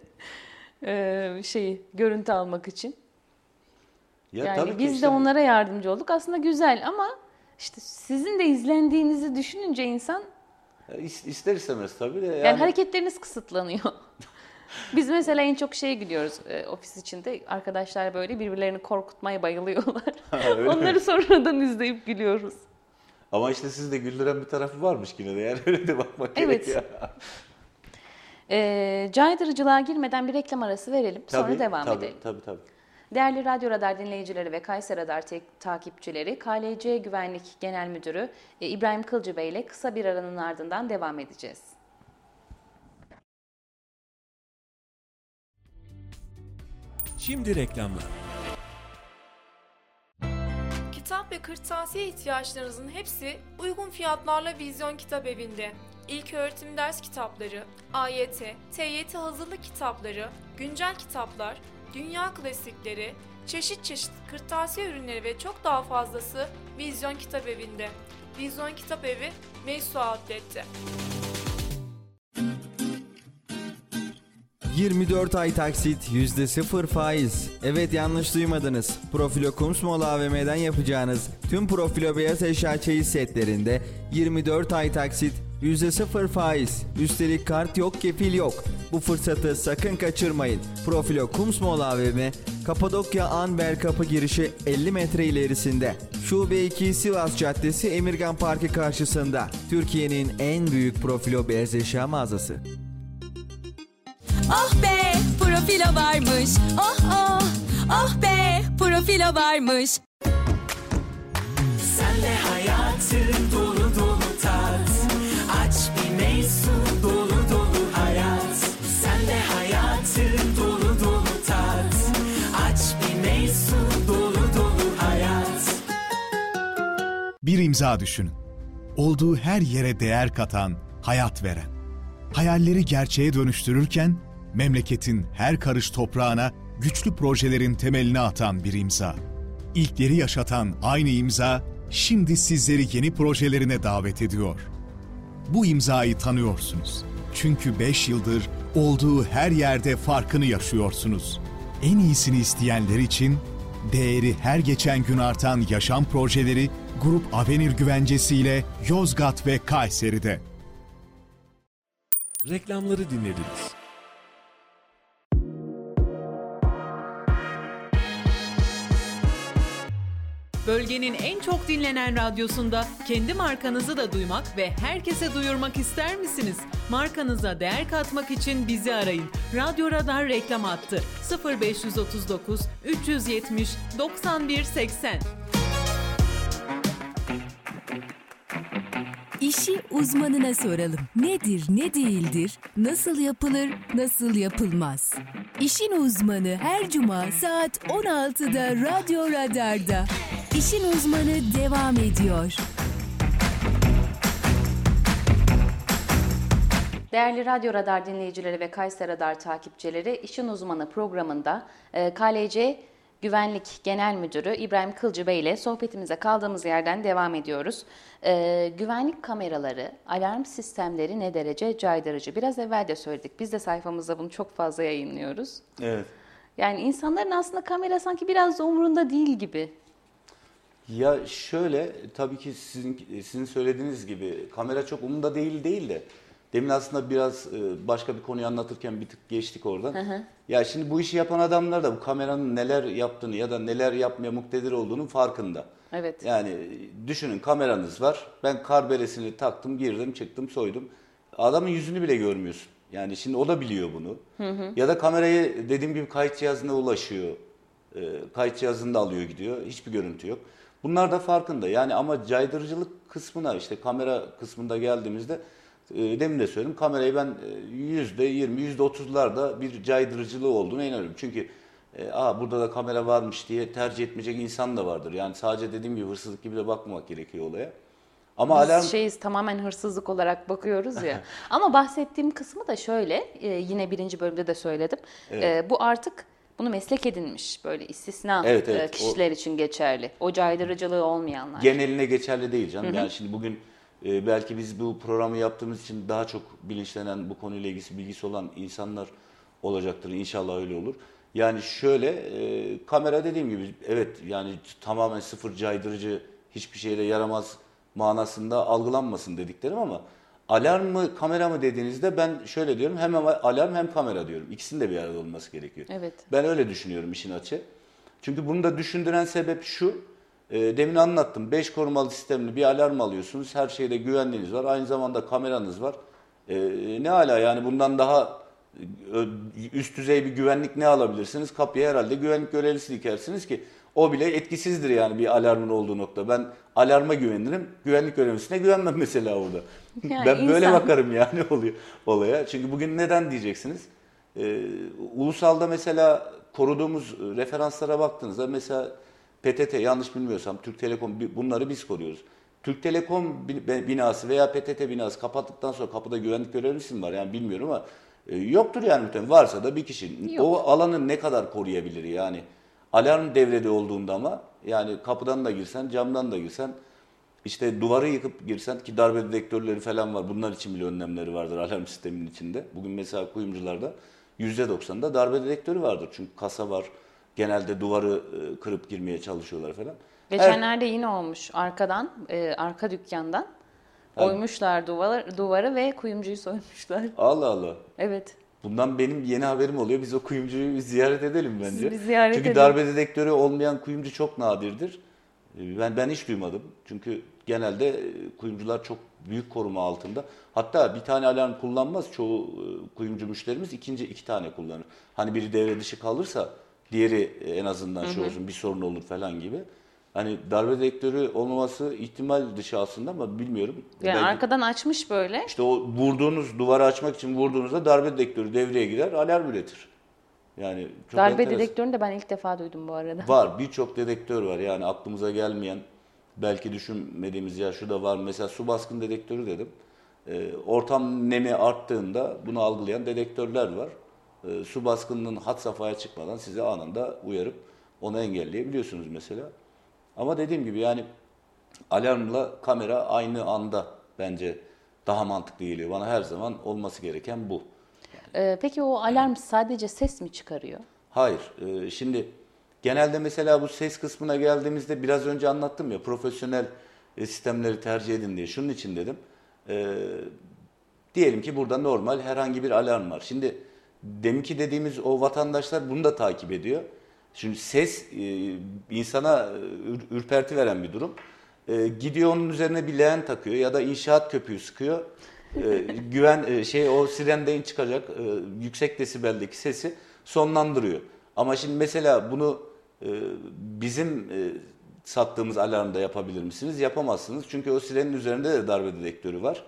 Speaker 2: Ee, şeyi görüntü almak için. Ya, yani biz işte de onlara yardımcı olduk. Aslında güzel ama işte sizin de izlendiğinizi düşününce insan
Speaker 3: İster istemez tabii de. Yani,
Speaker 2: yani hareketleriniz kısıtlanıyor. Biz mesela en çok şeye gidiyoruz e, ofis içinde. Arkadaşlar böyle birbirlerini korkutmaya bayılıyorlar. Onları mi? Sonradan izleyip gülüyoruz.
Speaker 3: Ama işte sizde güldüren bir tarafı varmış yine de yani öyle de bakmak evet. gerekiyor.
Speaker 2: e, caydırıcılığa girmeden bir reklam arası verelim. Sonra
Speaker 3: tabii,
Speaker 2: devam
Speaker 3: tabii,
Speaker 2: edelim.
Speaker 3: Tabii tabii.
Speaker 2: Değerli Radyo Radar dinleyicileri ve Kayseri Radar takipçileri, K L C Güvenlik Genel Müdürü e, İbrahim Kılcı Bey ile kısa bir aranın ardından devam edeceğiz.
Speaker 4: Şimdi reklamlar.
Speaker 5: Kitap ve kırtasiye ihtiyaçlarınızın hepsi uygun fiyatlarla Vizyon Kitap Evi'nde. İlköğretim ders kitapları, A Y T, T Y T hazırlık kitapları, güncel kitaplar, dünya klasikleri, çeşit çeşit kırtasiye ürünleri ve çok daha fazlası Vizyon Kitap Evi'nde. Vizyon Kitap Evi, Meysu Outlet'te.
Speaker 6: yirmi dört ay taksit, yüzde sıfır faiz. Evet yanlış duymadınız. Profilo Kumsmol A V M'den yapacağınız tüm Profilo beyaz eşya çeyiz setlerinde yirmi dört ay taksit, yüzde sıfır faiz. Üstelik kart yok, kefil yok. Bu fırsatı sakın kaçırmayın. Profilo Kumsmol A V M, Kapadokya Anber Kapı girişi elli metre ilerisinde. Şube iki Sivas Caddesi Emirgan Parkı karşısında. Türkiye'nin en büyük Profilo beyaz eşya mağazası.
Speaker 7: Oh be, Profilo varmış. Oh oh, oh be, Profilo varmış.
Speaker 8: Sen de hayatı dolu dolu tat. Aç bir meysu dolu dolu hayat. Sen de hayat.
Speaker 9: imza düşünün. Olduğu her yere değer katan, hayat veren. Hayalleri gerçeğe dönüştürürken memleketin her karış toprağına güçlü projelerin temelini atan bir imza. İlkleri yaşatan aynı imza şimdi sizleri yeni projelerine davet ediyor. Bu imzayı tanıyorsunuz. Çünkü beş yıldır olduğu her yerde farkını yaşıyorsunuz. En iyisini isteyenler için değeri her geçen gün artan yaşam projeleri Grup Avenir güvencesiyle Yozgat ve Kayseri'de.
Speaker 4: Reklamları dinlediniz.
Speaker 10: Bölgenin en çok dinlenen radyosunda kendi markanızı da duymak ve herkese duyurmak ister misiniz? Markanıza değer katmak için bizi arayın. Radyo Radar reklam hattı sıfır beş otuz dokuz üç yetmiş doksan bir seksen.
Speaker 1: İşi uzmanına soralım. Nedir, ne değildir, nasıl yapılır, nasıl yapılmaz? İşin uzmanı her cuma saat on altıda Radyo Radar'da. İşin uzmanı devam ediyor.
Speaker 2: Değerli Radyo Radar dinleyicileri ve Kayseri Radar takipçileri, İşin Uzmanı programında e, K L C Güvenlik Genel Müdürü İbrahim Kılcı Bey ile sohbetimize kaldığımız yerden devam ediyoruz. E, güvenlik kameraları, alarm sistemleri ne derece caydırıcı? Biraz evvel de söyledik. Biz de sayfamızda bunu çok fazla yayınlıyoruz.
Speaker 3: Evet.
Speaker 2: Yani insanların aslında kamera sanki biraz da umurunda değil gibi.
Speaker 3: Ya şöyle, tabii ki sizin sizin söylediğiniz gibi kamera çok umurunda değil değil de demin aslında biraz başka bir konuyu anlatırken bir tık geçtik oradan. Hı hı. Ya şimdi bu işi yapan adamlar da bu kameranın neler yaptığını ya da neler yapmaya muktedir olduğunun farkında.
Speaker 2: Evet.
Speaker 3: Yani düşünün, kameranız var. Ben kar beresini taktım, girdim, çıktım, soydum. Adamın yüzünü bile görmüyorsun. Yani şimdi o da biliyor bunu. Hı hı. Ya da kamerayı dediğim gibi kayıt cihazına ulaşıyor. E, kayıt cihazını da alıyor gidiyor. Hiçbir görüntü yok. Bunlar da farkında. Yani ama caydırıcılık kısmına, işte kamera kısmında geldiğimizde e, demin de söyledim, kamerayı ben yüzde yirmi, yüzde otuzlarda bir caydırıcılığı olduğuna inanıyorum. Çünkü e, Aa, burada da kamera varmış diye tercih etmeyecek insan da vardır. Yani sadece dediğim gibi hırsızlık gibi de bakmamak gerekiyor olaya. Ama
Speaker 2: Biz
Speaker 3: alarm...
Speaker 2: şeyiz, tamamen hırsızlık olarak bakıyoruz ya. Ama bahsettiğim kısmı da şöyle, e, yine birinci bölümde de söyledim. Evet. E, bu artık bunu meslek edinmiş, böyle istisna evet, evet. kişiler o, için geçerli. O caydırıcılığı olmayanlar.
Speaker 3: Geneline geçerli değil canım. Hı hı. Yani şimdi bugün e, belki biz bu programı yaptığımız için daha çok bilinçlenen, bu konuyla ilgisi bilgisi olan insanlar olacaktır. İnşallah öyle olur. Yani şöyle, e, kamera dediğim gibi evet, yani tamamen sıfır caydırıcı, hiçbir şeyle yaramaz manasında algılanmasın dediklerim, ama alarm mı kamera mı dediğinizde ben şöyle diyorum, hem alarm hem kamera diyorum. İkisinin de bir arada olması gerekiyor.
Speaker 2: Evet.
Speaker 3: Ben öyle düşünüyorum işin açığı. Çünkü bunu da düşündüren sebep şu, e, demin anlattım, beş korumalı sistemli bir alarm alıyorsunuz, her şeyde güvenliğiniz var, aynı zamanda kameranız var. E, ne hala yani bundan daha üst düzey bir güvenlik ne alabilirsiniz? Kapıya herhalde güvenlik görevlisi dikersiniz ki o bile etkisizdir yani bir alarmın olduğu nokta. Ben alarma güvenirim, güvenlik görevlisine güvenmem mesela orada. Yani ben insan... böyle bakarım yani oluyor olaya. Çünkü bugün neden diyeceksiniz? Ee, ulusalda mesela koruduğumuz referanslara baktığınızda mesela P T T, yanlış bilmiyorsam Türk Telekom, bunları biz koruyoruz. Türk Telekom binası veya P T T binası kapattıktan sonra kapıda güvenlik görevlisi mi var? Yani bilmiyorum ama e, yoktur yani muhtemelen. Varsa da bir kişi. Yok. O alanı ne kadar koruyabilir yani? Alarm devrede olduğunda ama yani kapıdan da girsen, camdan da girsen, işte duvarı yıkıp girsen, ki darbe dedektörleri falan var. Bunlar için bile önlemleri vardır alarm sisteminin içinde. Bugün mesela kuyumcularda yüzde doksanında darbe dedektörü vardır. Çünkü kasa var. Genelde duvarı kırıp girmeye çalışıyorlar falan.
Speaker 2: Geçenlerde Her... yine olmuş. Arkadan, e, arka dükkandan yani... oymuşlar duvarı, duvarı ve kuyumcuyu soymuşlar.
Speaker 3: Allah Allah.
Speaker 2: Evet.
Speaker 3: Bundan benim yeni haberim oluyor. Biz o kuyumcuyu ziyaret edelim bence.
Speaker 2: Biz ziyaret
Speaker 3: Çünkü
Speaker 2: edelim.
Speaker 3: darbe dedektörü olmayan kuyumcu çok nadirdir. Ben ben hiç duymadım. Çünkü genelde kuyumcular çok büyük koruma altında. Hatta bir tane alarm kullanmaz çoğu kuyumcu müşterimiz, ikinci iki tane kullanır. Hani biri devre dışı kalırsa diğeri en azından şu olsun, bir sorun olur falan gibi. Hani darbe dedektörü olmaması ihtimal dışı aslında ama bilmiyorum.
Speaker 2: Yani belki, arkadan açmış böyle.
Speaker 3: İşte o vurduğunuz, duvarı açmak için vurduğunuzda darbe dedektörü devreye girer, alarm üretir. Yani çok
Speaker 2: darbe
Speaker 3: enteresan.
Speaker 2: dedektörünü de ben ilk defa duydum bu arada.
Speaker 3: Var, birçok dedektör var yani aklımıza gelmeyen. belki düşünmediğimiz ya şu da var. Mesela su baskın dedektörü dedim. E, ortam nemi arttığında bunu algılayan dedektörler var. E, su baskınının had safhaya çıkmadan size anında uyarıp onu engelleyebiliyorsunuz mesela. Ama dediğim gibi yani alarmla kamera aynı anda bence daha mantıklı geliyor. Bana her zaman olması gereken bu.
Speaker 2: Ee, peki o alarm sadece ses mi çıkarıyor?
Speaker 3: Hayır. E, şimdi genelde mesela bu ses kısmına geldiğimizde biraz önce anlattım ya profesyonel e, sistemleri tercih edin diye. Şunun için dedim. E, diyelim ki burada normal herhangi bir alarm var. Şimdi deminki dediğimiz o vatandaşlar bunu da takip ediyor. Şimdi ses e, insana ür, ürperti veren bir durum. E, gidiyor onun üzerine bir leğen takıyor ya da inşaat köpüğü sıkıyor. E, güven e, şey o sirenden çıkacak e, yüksek desibeldeki sesi sonlandırıyor. Ama şimdi mesela bunu e, bizim e, sattığımız alarmda yapabilir misiniz? Yapamazsınız. Çünkü o sirenin üzerinde de darbe dedektörü var.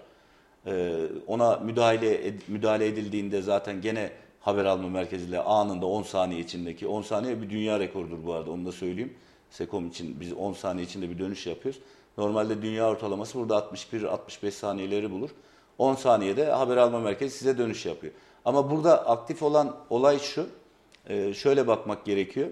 Speaker 3: E, ona müdahale ed, müdahale edildiğinde zaten gene haber alma merkeziyle anında on saniye içindeki on saniye bir dünya rekorudur bu arada onu da söyleyeyim. Sekom için biz on saniye içinde bir dönüş yapıyoruz. Normalde dünya ortalaması burada altmış bir altmış beş saniyeleri bulur. on saniyede haber alma merkezi size dönüş yapıyor. Ama burada aktif olan olay şu. E, şöyle bakmak gerekiyor.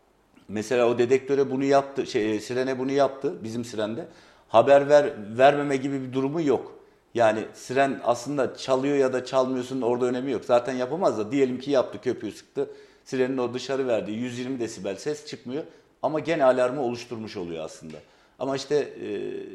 Speaker 3: Mesela o dedektöre bunu yaptı, şey, sirene bunu yaptı bizim sirende. Haber ver vermeme gibi bir durumu yok. Yani siren aslında çalıyor ya da çalmıyorsun orada önemi yok. Zaten yapamaz da diyelim ki yaptı, köpüğü sıktı. Sirenin o dışarı verdiği yüz yirmi desibel ses çıkmıyor. Ama gene alarmı oluşturmuş oluyor aslında. Ama işte e,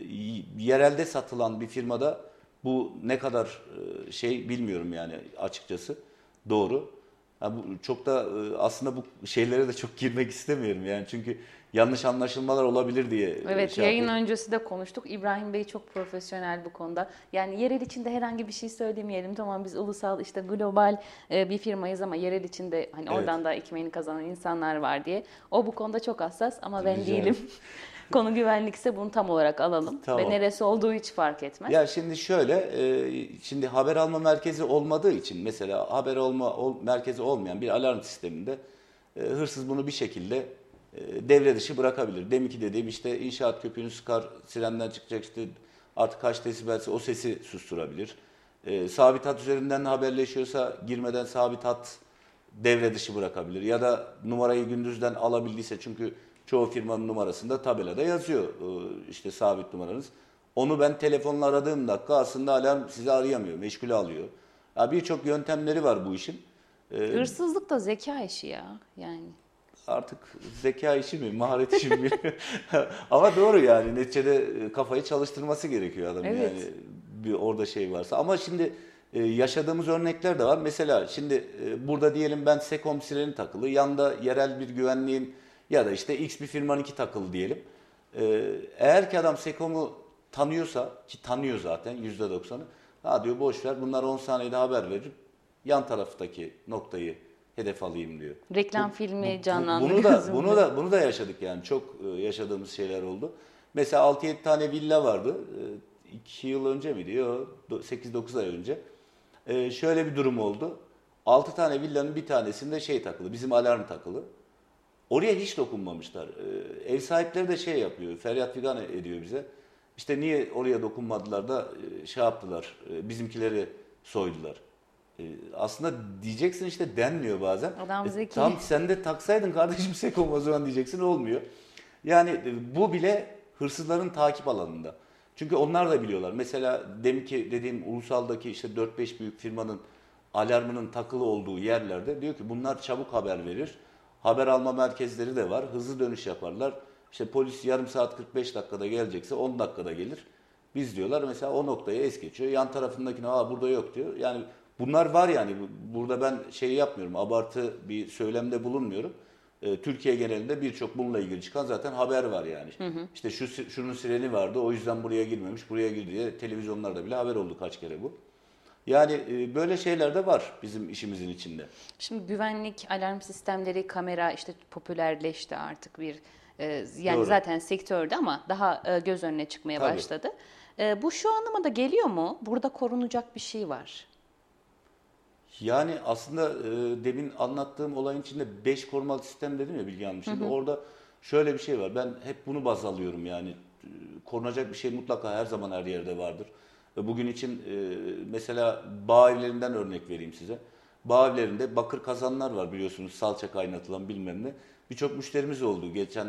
Speaker 3: yerelde satılan bir firmada bu ne kadar e, şey bilmiyorum yani açıkçası doğru. Ha, bu, çok da e, aslında bu şeylere de çok girmek istemiyorum yani çünkü yanlış anlaşılmalar olabilir diye.
Speaker 2: Evet
Speaker 3: şey
Speaker 2: yayın
Speaker 3: yapıyorum.
Speaker 2: öncesi de konuştuk. İbrahim Bey çok profesyonel bu konuda. Yani yerel içinde herhangi bir şey söylemeyelim. Tamam biz ulusal işte global e, bir firmayız ama yerel içinde hani
Speaker 3: Evet.
Speaker 2: oradan da ekmeğini kazanan insanlar var diye. O bu konuda çok hassas ama ben
Speaker 3: Rica
Speaker 2: değilim. Konu güvenlikse bunu tam olarak alalım.
Speaker 3: Tamam.
Speaker 2: Ve neresi olduğu hiç fark etmez.
Speaker 3: Ya şimdi şöyle, e, şimdi haber alma merkezi olmadığı için mesela haber alma ol, merkezi olmayan bir alarm sisteminde e, hırsız bunu bir şekilde e, devre dışı bırakabilir. Deminki dediğim işte inşaat köpüğünü sıkar, sirenden çıkacak işte artık kaç desibelse o sesi susturabilir. E, sabit hat üzerinden haberleşiyorsa girmeden sabit hat devre dışı bırakabilir. Ya da numarayı gündüzden alabildiyse çünkü çoğu firmanın numarasında tabelada yazıyor işte sabit numaranız. Onu ben telefonla aradığım dakika aslında alarm sizi arayamıyor, meşgule alıyor. Ya birçok yöntemleri var bu işin. Ee,
Speaker 2: Hırsızlık da zeka işi ya yani.
Speaker 3: Artık zeka işi mi, maharet işi mi? Ama doğru yani neticede kafayı çalıştırması gerekiyor adamın
Speaker 2: Evet.
Speaker 3: yani bir orada şey varsa. Ama şimdi e, yaşadığımız örnekler de var. Mesela şimdi e, burada diyelim ben Sekom sireni takılı, yanda yerel bir güvenliğin ya da işte X bir firmanınki takılı diyelim. Ee, eğer ki adam Sekom'u tanıyorsa, ki tanıyor zaten yüzde doksanı, ha diyor boş ver bunlar on saniyede haber verir, yan taraftaki noktayı hedef alayım diyor.
Speaker 2: Reklam
Speaker 3: Bu-
Speaker 2: filmi
Speaker 3: bu-
Speaker 2: canlandırıyor
Speaker 3: Bunu da
Speaker 2: gözümde.
Speaker 3: bunu da bunu da yaşadık yani çok e, yaşadığımız şeyler oldu. Mesela altı yedi tane villa vardı. iki yıl önce miydi? Yok, sekiz dokuz ay önce. Ee, şöyle bir durum oldu. altı tane villanın bir tanesinde şey takılı, bizim alarm takılı. Oraya hiç dokunmamışlar. Ee, ev sahipleri de şey yapıyor, feryat figan ediyor bize. İşte niye oraya dokunmadılar da e, şey yaptılar, e, bizimkileri soydular. E, aslında diyeceksin işte denmiyor bazen.
Speaker 2: Adam
Speaker 3: E,
Speaker 2: zeki.
Speaker 3: tam sen de taksaydın kardeşim Sekom o zaman diyeceksin olmuyor. Yani e, bu bile hırsızların takip alanında. Çünkü onlar da biliyorlar. Mesela deminki dediğim ulusaldaki işte dört beş büyük firmanın alarmının takılı olduğu yerlerde diyor ki bunlar çabuk haber verir. Haber alma merkezleri de var. Hızlı dönüş yaparlar. İşte polis yarım saat kırk beş dakikada gelecekse on dakikada gelir. Biz diyorlar mesela o noktaya es geçiyor. Yan tarafındakine aa burada yok diyor. Yani bunlar var yani. Burada ben şey yapmıyorum. Abartı bir söylemde bulunmuyorum. Ee, Türkiye genelinde birçok bununla ilgili çıkan zaten haber var yani. Hı hı. İşte şu şunun sireni vardı. O yüzden buraya girmemiş. Buraya girdi diye televizyonlarda bile haber oldu kaç kere bu. Yani e, böyle şeyler de var bizim işimizin içinde.
Speaker 2: Şimdi güvenlik, alarm sistemleri, kamera işte popülerleşti artık bir e, yani
Speaker 3: Doğru.
Speaker 2: zaten sektörde ama daha e, göz önüne çıkmaya
Speaker 3: Tabii.
Speaker 2: başladı. E, bu şu anlama da geliyor mu? Burada korunacak bir şey var.
Speaker 3: Yani aslında e, demin anlattığım olayın içinde beş korumalı sistem dedim ya Bilge Hanım. Şimdi orada şöyle bir şey var. Ben hep bunu baz alıyorum yani. korunacak bir şey mutlaka her zaman her yerde vardır. Bugün için e, mesela bağ evlerinden örnek vereyim size. Bağ evlerinde bakır kazanlar var biliyorsunuz, salça kaynatılan bilmem ne. Birçok müşterimiz oldu geçen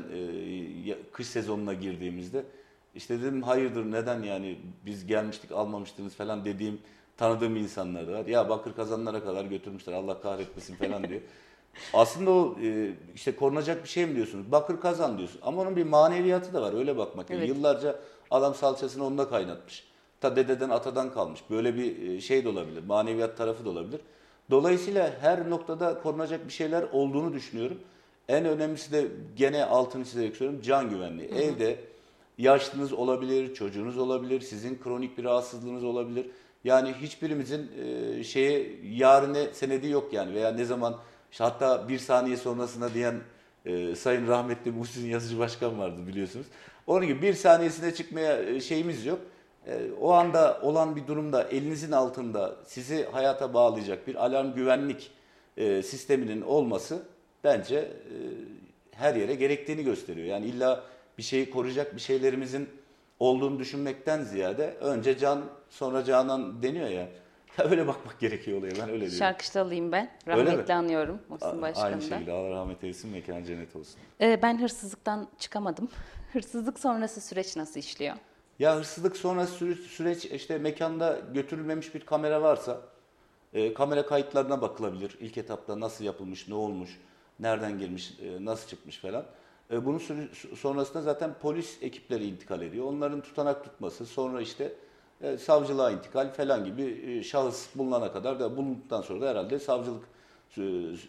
Speaker 3: e, kış sezonuna girdiğimizde. İşte dedim hayırdır, neden yani biz gelmiştik almamıştınız falan dediğim, tanıdığım insanlar da var. Ya bakır kazanlara kadar götürmüşler, Allah kahretmesin falan diyor. Aslında o e, işte korunacak bir şey mi diyorsunuz? Bakır kazan diyorsun. Ama onun bir maneviyatı da var, öyle bakmak gerekiyor.
Speaker 2: Evet.
Speaker 3: Yıllarca adam salçasını onunla kaynatmış. Ta dededen atadan kalmış. Böyle bir şey de olabilir. Maneviyat tarafı da olabilir. Dolayısıyla her noktada korunacak bir şeyler olduğunu düşünüyorum. En önemlisi de gene altını çizerek söylüyorum, can güvenliği. Hı hı. Evde yaşlınız olabilir, çocuğunuz olabilir, sizin kronik bir rahatsızlığınız olabilir. Yani hiçbirimizin e, şeye yarine senedi yok yani, veya ne zaman işte hatta bir saniye sonrasında diyen e, Sayın rahmetli Muhsin Yazıcı Başkan vardı biliyorsunuz. Onun gibi bir saniyesine çıkmaya şeyimiz yok. E, o anda olan bir durumda elinizin altında sizi hayata bağlayacak bir alarm güvenlik e, sisteminin olması bence e, her yere gerektiğini gösteriyor. Yani illa bir şeyi koruyacak bir şeylerimizin olduğunu düşünmekten ziyade önce can sonra canan deniyor ya. Ya öyle bakmak gerekiyor oluyor. Ben öyle diyorum.
Speaker 2: Şarkışta alayım ben. Rahmetli anıyorum Muhsin Başkan'da.
Speaker 3: Aynı şekilde Allah rahmet eylesin, mekanı cennet olsun.
Speaker 2: Ee, ben hırsızlıktan çıkamadım. Hırsızlık sonrası süreç nasıl işliyor?
Speaker 3: Ya hırsızlık sonrası süreç, süreç işte mekanda götürülmemiş bir kamera varsa e, kamera kayıtlarına bakılabilir. İlk etapta nasıl yapılmış, ne olmuş, nereden girmiş, e, nasıl çıkmış falan. E, bunun sonrasında zaten polis ekipleri intikal ediyor. Onların tutanak tutması, sonra işte e, savcılığa intikal falan gibi e, şahıs bulunana kadar da, bulunduktan sonra da herhalde savcılık e,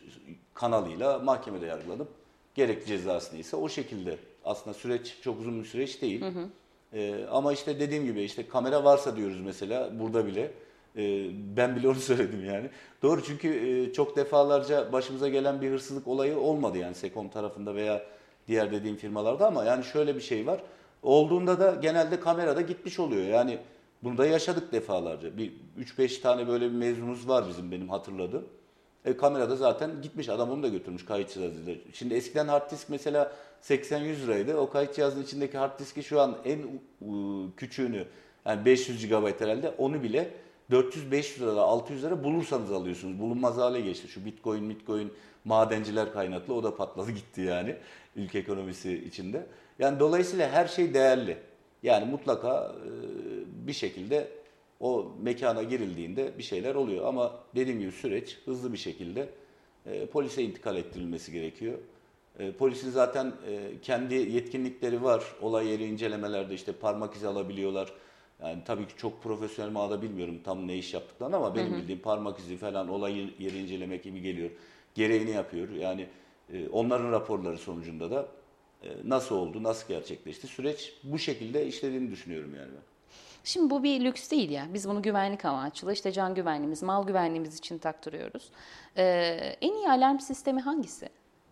Speaker 3: kanalıyla mahkemede yargılanıp gerekli cezası neyse o şekilde. Aslında süreç çok uzun bir süreç değil. Hı hı. E, ama işte dediğim gibi işte kamera varsa diyoruz mesela burada bile. E, ben bile onu söyledim yani. Doğru, çünkü e, çok defalarca başımıza gelen bir hırsızlık olayı olmadı yani Sekom tarafında veya diğer dediğim firmalarda, ama yani şöyle bir şey var. Olduğunda da genelde kamerada gitmiş oluyor. Yani bunu da yaşadık defalarca. Bir üç beş tane böyle bir mevzumuz var bizim, benim hatırladığım. E, kamerada zaten gitmiş, adam onu da götürmüş kayıt cihazıyla. Şimdi eskiden hard disk mesela seksen yüz liraydı. O kayıt cihazının içindeki hard diski şu an en uh, küçüğünü, yani beş yüz gigabayt herhalde, onu bile dört yüz beş yüz lira, altı yüz lira bulursanız alıyorsunuz. Bulunmaz hale geçti. Şu Bitcoin, Bitcoin madenciler kaynaklı, o da patladı gitti yani ülke ekonomisi içinde. Yani dolayısıyla her şey değerli. Yani mutlaka e, bir şekilde o mekana girildiğinde bir şeyler oluyor. Ama dediğim gibi süreç hızlı bir şekilde e, polise intikal ettirilmesi gerekiyor. E, polisin zaten e, kendi yetkinlikleri var. Olay yeri incelemelerde işte parmak izi alabiliyorlar. Yani tabii ki çok profesyonel manada bilmiyorum tam ne iş yaptıklarını, ama benim hı hı. bildiğim parmak izi falan olay yeri incelemek gibi geliyor. Gereğini yapıyor. Yani e, onların raporları sonucunda da e, nasıl oldu, nasıl gerçekleşti, süreç bu şekilde işlediğini düşünüyorum yani ben.
Speaker 2: Şimdi bu bir lüks değil ya. Biz bunu güvenlik amaçlı, işte can güvenliğimiz, mal güvenliğimiz için taktırıyoruz. Ee, en iyi alarm sistemi hangisi?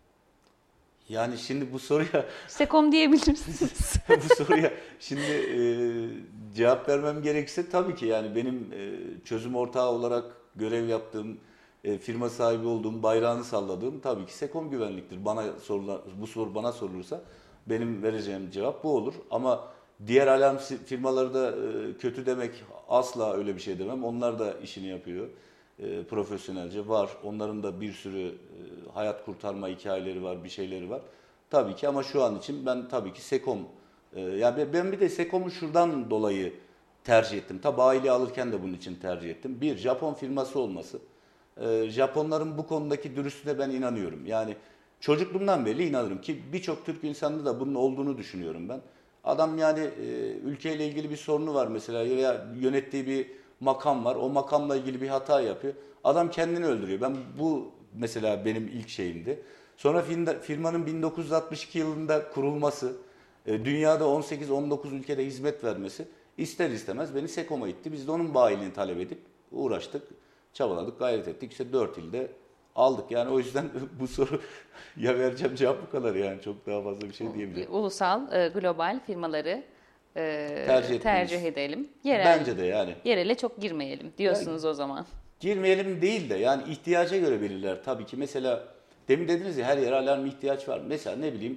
Speaker 3: Yani şimdi bu soruya...
Speaker 2: Sekom diyebilirsiniz.
Speaker 3: bu soruya şimdi e, cevap vermem gerekirse tabii ki yani benim e, çözüm ortağı olarak görev yaptığım, e, firma sahibi olduğum, bayrağını salladığım tabii ki Sekom güvenliktir. Bana sorular, bu soru bana sorulursa benim vereceğim cevap bu olur. Ama diğer alarm firmaları da e, kötü demek, asla öyle bir şey demem. Onlar da işini yapıyor. E, profesyonelce var. Onların da bir sürü e, hayat kurtarma hikayeleri var, bir şeyleri var. Tabii ki, ama şu an için ben tabii ki Sekom. E, yani ben bir de Sekom'u şuradan dolayı tercih ettim. Tabii aile alırken de bunun için tercih ettim. Bir, Japon firması olması. E, Japonların bu konudaki dürüstlüğüne ben inanıyorum. Yani çocukluğumdan beri inanırım ki birçok Türk insanında da bunun olduğunu düşünüyorum ben. Adam yani e, ülkeyle ilgili bir sorunu var mesela, veya yönettiği bir makam var. O makamla ilgili bir hata yapıyor. Adam kendini öldürüyor. Ben bu mesela benim ilk şeyimdi. Sonra firmanın bin dokuz yüz altmış iki yılında kurulması, dünyada on sekiz on dokuz ülkede hizmet vermesi ister istemez beni Sekom'a itti. Biz de onun bayiliğini talep edip uğraştık, çabaladık, gayret ettik. İşte dört ilde aldık. Yani o yüzden bu soru ya vereceğim cevap bu kadar, yani çok daha fazla bir şey diyemeyeceğim.
Speaker 2: Ulusal, global firmaları Ee, tercih, tercih edelim. Yerel,
Speaker 3: Bence de yani.
Speaker 2: Yerele çok girmeyelim diyorsunuz yani, o zaman.
Speaker 3: Girmeyelim değil de yani ihtiyaca göre belirler tabii ki. Mesela demin dediniz ya her yere alarm ihtiyaç var. Mesela ne bileyim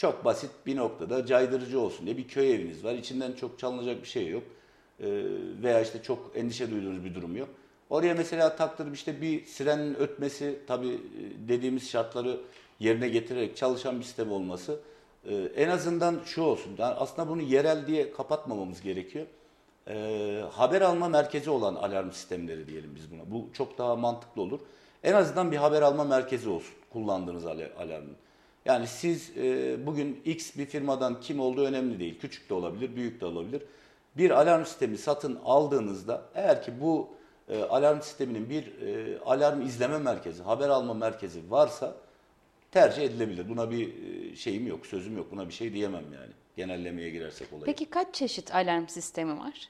Speaker 3: çok basit bir noktada caydırıcı olsun diye bir köy eviniz var. İçinden çok çalınacak bir şey yok. Ee, veya işte çok endişe duyduğunuz bir durum yok. Oraya mesela taktırıp işte bir sirenin ötmesi, tabii dediğimiz şartları yerine getirerek çalışan bir sistem olması. Ee, en azından şu olsun, yani aslında bunu yerel diye kapatmamamız gerekiyor. Ee, haber alma merkezi olan alarm sistemleri diyelim biz buna. Bu çok daha mantıklı olur. En azından bir haber alma merkezi olsun kullandığınız alarmın. Yani siz e, bugün X bir firmadan kim olduğu önemli değil. Küçük de olabilir, büyük de olabilir. Bir alarm sistemi satın aldığınızda eğer ki bu e, alarm sisteminin bir e, alarm izleme merkezi, haber alma merkezi varsa tercih edilebilir. Buna bir e, şeyim yok, sözüm yok. Buna bir şey diyemem yani. Genellemeye girersek olayı.
Speaker 2: Peki kaç çeşit alarm sistemi var?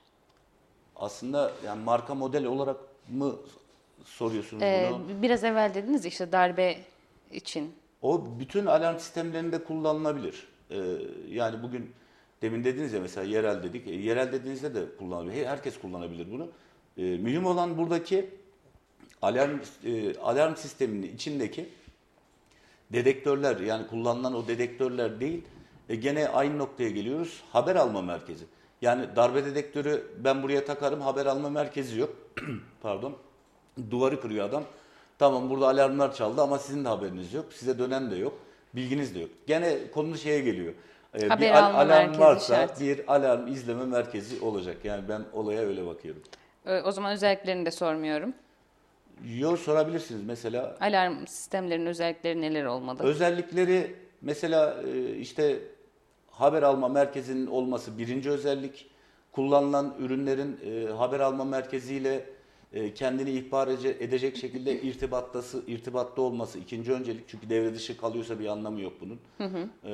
Speaker 3: Aslında yani marka model olarak mı soruyorsunuz
Speaker 2: Ee,
Speaker 3: bunu?
Speaker 2: Biraz evvel dediniz işte darbe için.
Speaker 3: O bütün alarm sistemlerinde kullanılabilir. Ee, yani bugün demin dediniz ya mesela yerel dedik. E, yerel dediğinizde de kullanılabilir. Herkes kullanabilir bunu. E, mühim olan buradaki alarm e, alarm sisteminin içindeki dedektörler, yani kullanılan o dedektörler değil. E, gene aynı noktaya geliyoruz. Haber alma merkezi. Yani darbe dedektörü ben buraya takarım, haber alma merkezi yok. Pardon. Duvarı kırıyor adam. Tamam, burada alarmlar çaldı ama sizin de haberiniz yok. Size dönen de yok. Bilginiz de yok. Gene konu şeye geliyor. Ee,
Speaker 2: Haber
Speaker 3: bir al-
Speaker 2: alma
Speaker 3: alarm
Speaker 2: merkezi
Speaker 3: varsa
Speaker 2: şart.
Speaker 3: bir alarm izleme merkezi olacak. Yani ben olaya öyle bakıyorum.
Speaker 2: Ee, O zaman özelliklerini de sormuyorum.
Speaker 3: Yo, sorabilirsiniz mesela.
Speaker 2: Alarm sistemlerinin özellikleri neler olmalı?
Speaker 3: Özellikleri mesela e, işte haber alma merkezinin olması birinci özellik. Kullanılan ürünlerin e, haber alma merkeziyle e, kendini ihbar ece- edecek şekilde irtibattası, irtibatta olması ikinci öncelik. Çünkü devre dışı kalıyorsa bir anlamı yok bunun.
Speaker 2: Hı hı.
Speaker 3: E,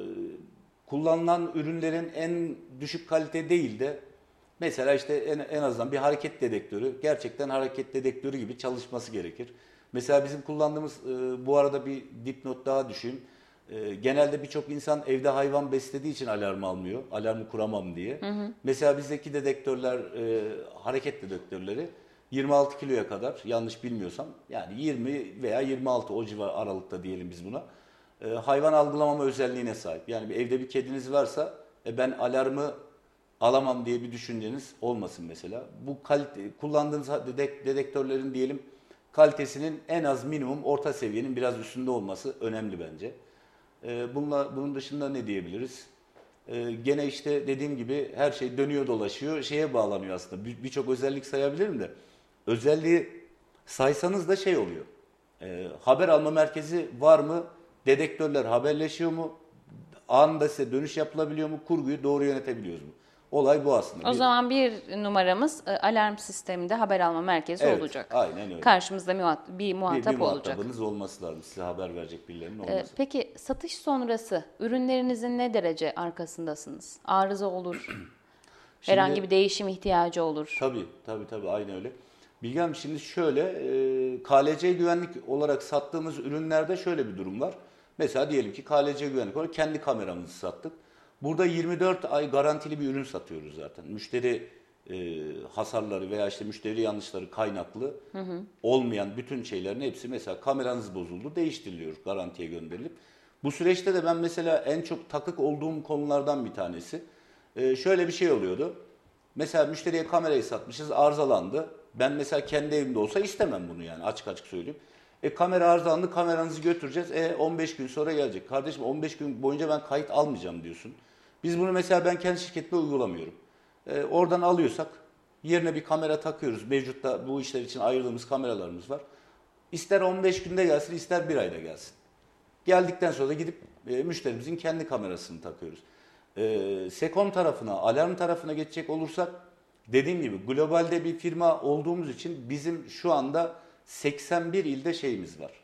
Speaker 3: kullanılan ürünlerin en düşük kalite değil de mesela işte en, en azından bir hareket dedektörü gerçekten hareket dedektörü gibi çalışması gerekir. Mesela bizim kullandığımız e, bu arada bir dipnot daha düşeyim. E, genelde birçok insan evde hayvan beslediği için alarm almıyor. Alarmı kuramam diye.
Speaker 2: Hı hı.
Speaker 3: Mesela bizdeki dedektörler e, hareket dedektörleri yirmi altı kiloya kadar, yanlış bilmiyorsam yani yirmi veya yirmi altı o civar aralıkta diyelim biz buna. E, hayvan algılamama özelliğine sahip. Yani bir evde bir kediniz varsa e, ben alarmı alamam diye bir düşünceniz olmasın mesela. Bu kalite, kullandığınız dedek, dedektörlerin diyelim kalitesinin en az minimum orta seviyenin biraz üstünde olması önemli bence. Ee, bununla, bunun dışında ne diyebiliriz? Ee, gene işte dediğim gibi her şey dönüyor dolaşıyor, şeye bağlanıyor aslında. Bir- Birçok özellik sayabilirim de. Özelliği saysanız da şey oluyor. Ee, haber alma merkezi var mı? Dedektörler haberleşiyor mu? Anında size dönüş yapılabiliyor mu? Kurguyu doğru yönetebiliyoruz mu? Olay bu aslında.
Speaker 2: O
Speaker 3: Bir-
Speaker 2: zaman bir numaramız e, alarm sisteminde haber alma merkezi
Speaker 3: Evet,
Speaker 2: olacak.
Speaker 3: aynen öyle.
Speaker 2: Karşımızda muhat- bir
Speaker 3: bir,
Speaker 2: muhatap
Speaker 3: bir
Speaker 2: olacak.
Speaker 3: muhatabınız olması lazım. Size haber verecek birilerinin
Speaker 2: Ee,
Speaker 3: olması.
Speaker 2: Peki satış sonrası ürünlerinizin ne derece arkasındasınız? Arıza olur,
Speaker 3: Şimdi-
Speaker 2: herhangi bir değişim ihtiyacı olur.
Speaker 3: Tabii, tabii, tabii. Aynen öyle. Bilge Hanım, şimdi şöyle, e, K L C güvenlik olarak sattığımız ürünlerde şöyle bir durum var. Mesela diyelim ki K L C güvenlik olarak kendi kameramızı sattık. Burada yirmi dört ay garantili bir ürün satıyoruz zaten. Müşteri e, hasarları veya işte müşteri yanlışları kaynaklı
Speaker 2: Hı hı.
Speaker 3: olmayan bütün şeylerin hepsi, mesela kameranız bozuldu, değiştiriliyor, garantiye gönderilip. Bu süreçte de ben mesela en çok takık olduğum konulardan bir tanesi. e, şöyle bir şey oluyordu. Mesela müşteriye kamerayı satmışız, arızalandı. Ben mesela kendi evimde olsa istemem bunu, yani açık açık söyleyeyim. E kamera arızalandı, kameranızı götüreceğiz. E on beş gün sonra gelecek. Kardeşim on beş gün boyunca ben kayıt almayacağım diyorsun. Biz bunu mesela ben kendi şirketimde uygulamıyorum. E, oradan alıyorsak yerine bir kamera takıyoruz. Mevcutta bu işler için ayırdığımız kameralarımız var. İster on beş günde gelsin, ister bir ayda gelsin. Geldikten sonra da gidip e, müşterimizin kendi kamerasını takıyoruz. E, Sekom tarafına, alarm tarafına geçecek olursak, dediğim gibi globalde bir firma olduğumuz için bizim şu anda seksen bir ilde şeyimiz var.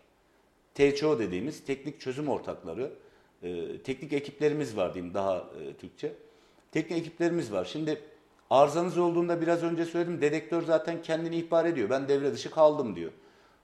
Speaker 3: T Ç O dediğimiz teknik çözüm ortakları, e, teknik ekiplerimiz var diyeyim daha e, Türkçe. Teknik ekiplerimiz var. Şimdi arızanız olduğunda biraz önce söyledim, dedektör zaten kendini ihbar ediyor. Ben devre dışı kaldım diyor.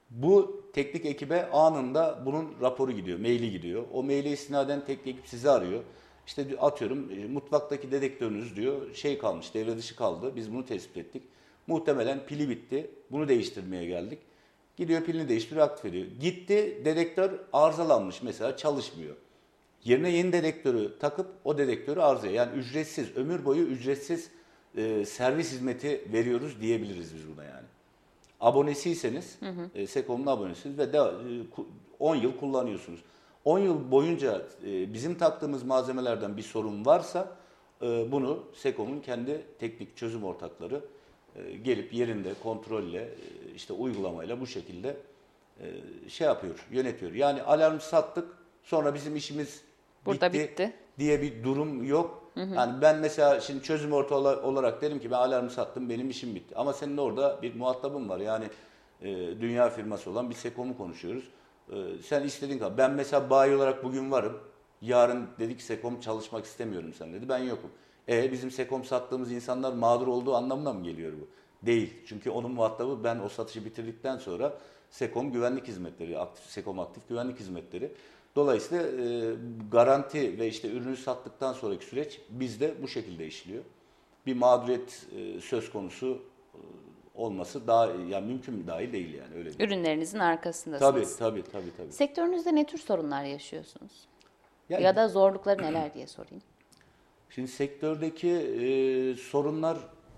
Speaker 3: Bu teknik ekibe anında bunun raporu gidiyor, maili gidiyor. O maile istinaden teknik ekip sizi arıyor. İşte atıyorum e, mutfaktaki dedektörünüz diyor şey kalmış, devre dışı kaldı. Biz bunu tespit ettik. Muhtemelen pili bitti. Bunu değiştirmeye geldik. Gidiyor pilini değiştiriyor, aktif ediyor. Gitti, dedektör arızalanmış mesela, çalışmıyor. Yerine yeni dedektörü takıp o dedektörü arızaya, yani ücretsiz, ömür boyu ücretsiz e, servis hizmeti veriyoruz diyebiliriz biz buna yani. Abonesiyseniz, hı hı. E, Sekom'un abonesiniz ve de, e, on yıl kullanıyorsunuz. on yıl boyunca e, bizim taktığımız malzemelerden bir sorun varsa e, bunu Sekom'un kendi teknik çözüm ortakları e, gelip yerinde kontrolle, e, işte uygulamayla bu şekilde e, şey yapıyor, yönetiyor. Yani alarm sattık, sonra bizim işimiz
Speaker 2: burada
Speaker 3: bitti,
Speaker 2: bitti
Speaker 3: diye bir durum yok.
Speaker 2: Hı hı.
Speaker 3: Yani ben mesela şimdi çözüm ortağı olarak derim ki ben alarmı sattım, benim işim bitti. Ama senin orada bir muhatabın var. Yani e, dünya firması olan bir Sekom'u konuşuyoruz. E, sen istediğin kadar. Ben mesela bayi olarak bugün varım. Yarın dedi ki Sekom çalışmak istemiyorum sen dedi. Ben yokum. E bizim Sekom sattığımız insanlar mağdur olduğu anlamına mı geliyor bu? Değil. Çünkü onun muhatabı ben o satışı bitirdikten sonra Sekom güvenlik hizmetleri, aktif Sekom aktif güvenlik hizmetleri. Dolayısıyla e, garanti ve işte ürünü sattıktan sonraki süreç bizde bu şekilde işliyor. Bir mağduriyet e, söz konusu e, olması daha yani mümkün dahi değil yani öyle.
Speaker 2: Ürünlerinizin arkasındasınız.
Speaker 3: Tabii tabii tabii tabii.
Speaker 2: Sektörünüzde ne tür sorunlar yaşıyorsunuz?
Speaker 3: Yani,
Speaker 2: ya da zorlukları neler diye sorayım.
Speaker 3: Şimdi sektördeki e, sorunlar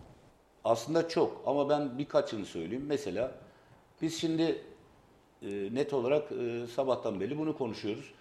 Speaker 3: aslında çok ama ben birkaçını söyleyeyim. Mesela biz şimdi e, net olarak e, sabahtan beri bunu konuşuyoruz.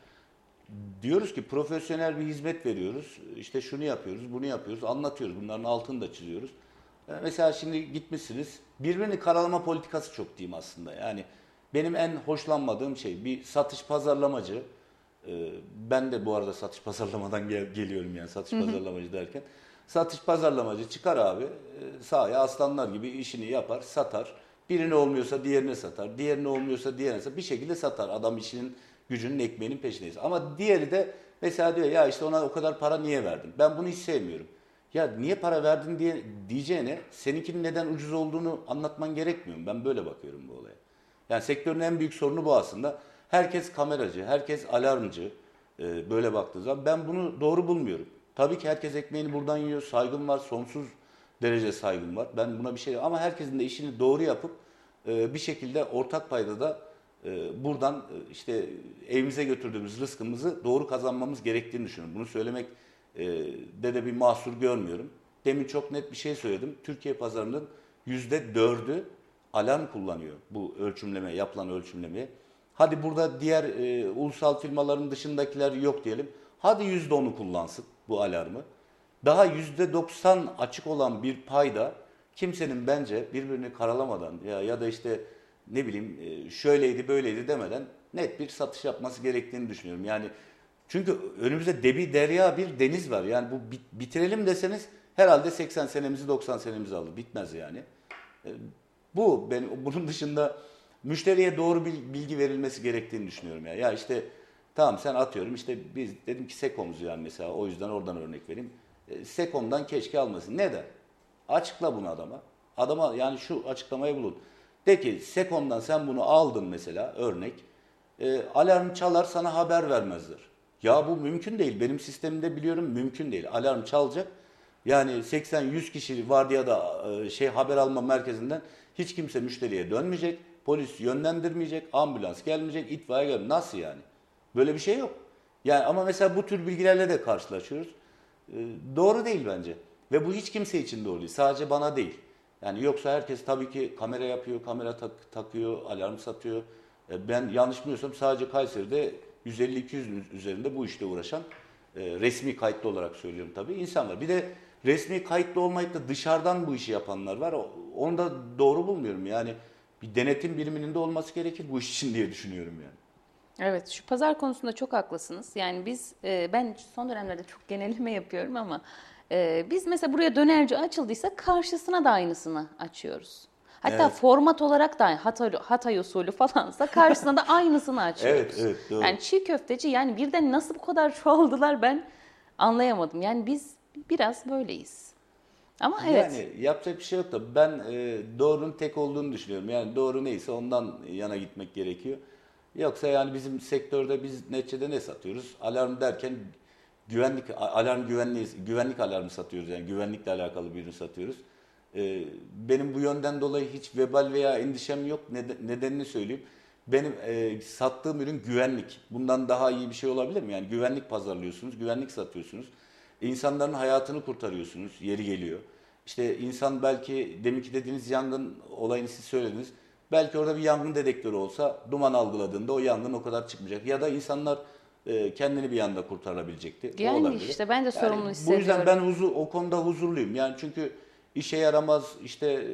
Speaker 3: Diyoruz ki profesyonel bir hizmet veriyoruz. İşte şunu yapıyoruz, bunu yapıyoruz, anlatıyoruz. Bunların altını da çiziyoruz. E, mesela şimdi gitmişsiniz. Birbirini karalama politikası çok diyeyim aslında. Yani benim en hoşlanmadığım şey bir satış pazarlamacı. E, ben de bu arada satış pazarlamadan gel- geliyorum yani satış hı hı. pazarlamacı derken. Satış pazarlamacı çıkar abi e, sahaya aslanlar gibi işini yapar, satar. Birini olmuyorsa diğerine satar, diğerini olmuyorsa diğerine satar. Bir şekilde satar. Adam işinin, gücünün, ekmeğinin peşindeyiz. Ama diğeri de mesela diyor ya işte ona o kadar para niye verdin? Ben bunu hiç sevmiyorum. Ya niye para verdin diye diyeceğine seninkinin neden ucuz olduğunu anlatman gerekmiyor mu? Ben böyle bakıyorum bu olaya. Yani sektörün en büyük sorunu bu aslında. Herkes kameracı, herkes alarmcı e, böyle baktığı zaman ben bunu doğru bulmuyorum. Tabii ki herkes ekmeğini buradan yiyor, saygım var, sonsuz derece saygım var. Ben buna bir şey ama herkesin de işini doğru yapıp e, bir şekilde ortak payda da e, buradan e, işte evimize götürdüğümüz rızkımızı doğru kazanmamız gerektiğini düşünüyorum. Bunu söylemek e, de de bir mahsur görmüyorum. Demin çok net bir şey söyledim. Türkiye pazarının yüzde dördü alarm kullanıyor bu ölçümleme, yapılan ölçümlemeye. Hadi burada diğer e, ulusal firmaların dışındakiler yok diyelim. Hadi yüzde onu kullansın bu alarmı. Daha yüzde doksan açık olan bir payda kimsenin bence birbirini karalamadan ya ya da işte ne bileyim şöyleydi böyleydi demeden net bir satış yapması gerektiğini düşünüyorum. Yani çünkü önümüzde debi derya bir deniz var. Yani bu bitirelim deseniz herhalde seksen senemizi doksan senemizi alır. Bitmez yani. Bu ben bunun dışında müşteriye doğru bilgi verilmesi gerektiğini düşünüyorum ya. Ya işte tamam sen atıyorum işte biz dedim ki Sekom'uz yani mesela o yüzden oradan örnek vereyim. Sekom'dan keşke almasın. Neden? Açıkla bunu adama. Adama yani şu açıklamayı bulun. De ki Sekom'dan sen bunu aldın mesela örnek. E, alarm çalar sana haber vermezler. Ya bu mümkün değil. Benim sistemimde biliyorum mümkün değil. Alarm çalacak. Yani seksen yüz kişi vardiyada e, şey haber alma merkezinden hiç kimse müşteriye dönmeyecek. Polis yönlendirmeyecek. Ambulans gelmeyecek. İtfaiye gelmeyecek. Nasıl yani? Böyle bir şey yok. Yani ama mesela bu tür bilgilerle de karşılaşıyoruz. Doğru değil bence. Ve bu hiç kimse için doğru değil. Sadece bana değil. Yani yoksa herkes tabii ki kamera yapıyor, kamera tak, takıyor, alarm satıyor. Ben yanlış bilmiyorsam sadece Kayseri'de yüz elli iki yüzün üzerinde bu işle uğraşan resmi kayıtlı olarak söylüyorum tabii insan var. Bir de resmi kayıtlı olmayıp da dışarıdan bu işi yapanlar var. Onu da doğru bulmuyorum. Yani bir denetim biriminin de olması gerekir bu iş için diye düşünüyorum yani.
Speaker 2: Evet, şu pazar konusunda çok haklısınız. Yani biz, e, ben son dönemlerde çok genelleme yapıyorum ama e, biz mesela buraya dönerci açıldıysa karşısına da aynısını açıyoruz. Hatta evet. Format olarak da Hatay, Hatay usulü falansa karşısına da aynısını açıyoruz.
Speaker 3: Evet, evet, doğru.
Speaker 2: Yani çiğ köfteci yani birden nasıl bu kadar çoğaldılar ben anlayamadım. Yani biz biraz böyleyiz. Ama evet.
Speaker 3: Yani yapacak bir şey yok da ben e, doğrunun tek olduğunu düşünüyorum. Yani doğru neyse ondan yana gitmek gerekiyor. Yoksa yani bizim sektörde biz neticede ne satıyoruz? Alarm derken güvenlik alarm güvenliği güvenlik alarmı satıyoruz yani güvenlikle alakalı bir ürün satıyoruz. Ee, benim bu yönden dolayı hiç vebal veya endişem yok. Neden, nedenini söyleyeyim. Benim e, sattığım ürün güvenlik. Bundan daha iyi bir şey olabilir mi? Yani güvenlik pazarlıyorsunuz, güvenlik satıyorsunuz. İnsanların hayatını kurtarıyorsunuz, yeri geliyor. İşte insan belki deminki dediğiniz yangın olayını siz söylediniz. Belki orada bir yangın dedektörü olsa duman algıladığında o yangın o kadar çıkmayacak. Ya da insanlar e, kendini bir anda kurtarabilecekti.
Speaker 2: Yani işte ben de sorumlu
Speaker 3: yani
Speaker 2: hissediyorum.
Speaker 3: Bu yüzden ben huzur, o konuda huzurluyum. Yani çünkü işe yaramaz, işte e,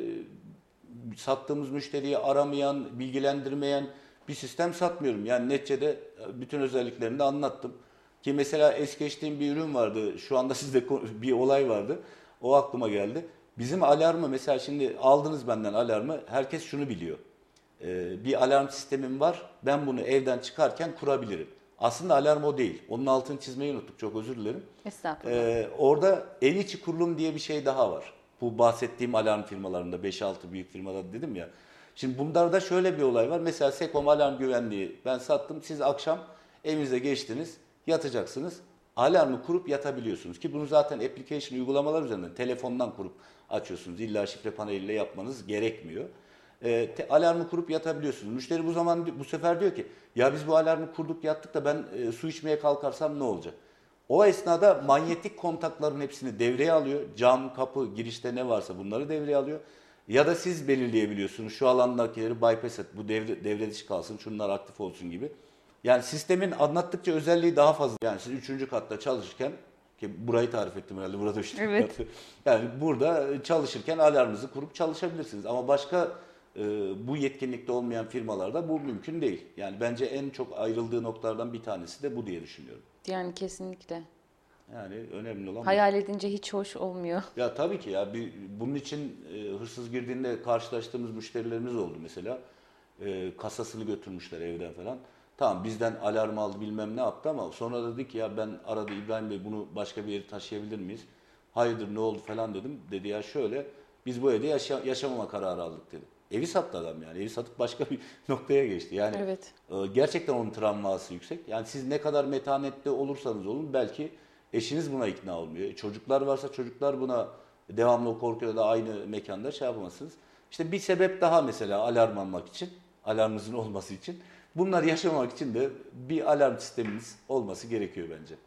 Speaker 3: sattığımız müşteriyi aramayan, bilgilendirmeyen bir sistem satmıyorum. Yani neticede bütün özelliklerini de anlattım. Ki mesela es geçtiğim bir ürün vardı. Şu anda sizde bir olay vardı. O aklıma geldi. Bizim alarmı mesela şimdi aldınız benden alarmı. Herkes şunu biliyor. Ee, bir alarm sistemim var. Ben bunu evden çıkarken kurabilirim. Aslında alarm o değil. Onun altını çizmeyi unuttuk. Çok özür dilerim.
Speaker 2: Estağfurullah.
Speaker 3: Ee, orada ev içi kurulum diye bir şey daha var. Bu bahsettiğim alarm firmalarında beş altı büyük firmada dedim ya. Şimdi bunlarda şöyle bir olay var. Mesela Sekom alarm güvenliği ben sattım. Siz akşam evinize geçtiniz. Yatacaksınız. Alarmı kurup yatabiliyorsunuz. Ki bunu zaten application uygulamalar üzerinden telefondan kurup açıyorsunuz. İlla şifre paneliyle yapmanız gerekmiyor. E, te, alarmı kurup yatabiliyorsunuz. Müşteri bu zaman bu sefer diyor ki ya biz bu alarmı kurduk yattık da ben e, su içmeye kalkarsam ne olacak? O esnada manyetik kontakların hepsini devreye alıyor. Cam, kapı, girişte ne varsa bunları devreye alıyor. Ya da siz belirleyebiliyorsunuz. Şu alandakileri bypass et, bu devre, devre dışı kalsın, şunlar aktif olsun gibi. Yani sistemin anlattıkça özelliği daha fazla. Yani siz üçüncü katta çalışırken, ki burayı tarif ettim herhalde, burada üçüncü
Speaker 2: evet.
Speaker 3: katı. Yani burada çalışırken alarmınızı kurup çalışabilirsiniz. Ama başka e, bu yetkinlikte olmayan firmalarda bu mümkün değil. Yani bence en çok ayrıldığı noktalardan bir tanesi de bu diye düşünüyorum.
Speaker 2: Yani kesinlikle.
Speaker 3: Yani önemli olan
Speaker 2: hayal bu. Edince hiç hoş olmuyor.
Speaker 3: Ya tabii ki ya bir, bunun için e, hırsız girdiğinde karşılaştığımız müşterilerimiz oldu mesela. E, kasasını götürmüşler evden falan. Tamam bizden alarm aldı bilmem ne yaptı ama sonra dedi ki ya ben aradı İbrahim Bey bunu başka bir yere taşıyabilir miyiz? Hayırdır ne oldu falan dedim. Dedi ya şöyle biz bu evde yaşa, yaşamama kararı aldık dedi. Evi sattı adam yani. Evi satıp başka bir noktaya geçti. Yani
Speaker 2: evet.
Speaker 3: e, gerçekten onun travması yüksek. Yani siz ne kadar metanetli olursanız olun belki eşiniz buna ikna olmuyor. Çocuklar varsa çocuklar buna devamlı o korkuyla da aynı mekanda şey yapamazsınız. İşte bir sebep daha mesela alarm almak için, alarmınızın olması için. Bunları yaşamak için de bir alarm sisteminiz olması gerekiyor bence.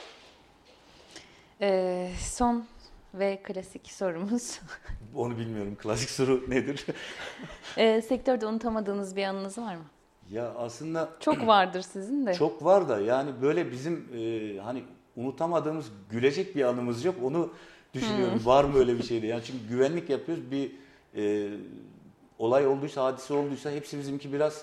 Speaker 2: Ee, son ve klasik sorumuz.
Speaker 3: Onu bilmiyorum. Klasik soru nedir?
Speaker 2: ee, sektörde unutamadığınız bir anınız var mı?
Speaker 3: Ya aslında
Speaker 2: çok vardır sizin de.
Speaker 3: Çok var da yani böyle bizim e, hani unutamadığımız gülecek bir anımız yok. Onu düşünüyorum. Hmm. Var mı öyle bir şeydi? Yani çünkü güvenlik yapıyoruz. Bir e, olay olduysa, hadise olduysa hepsi bizimki biraz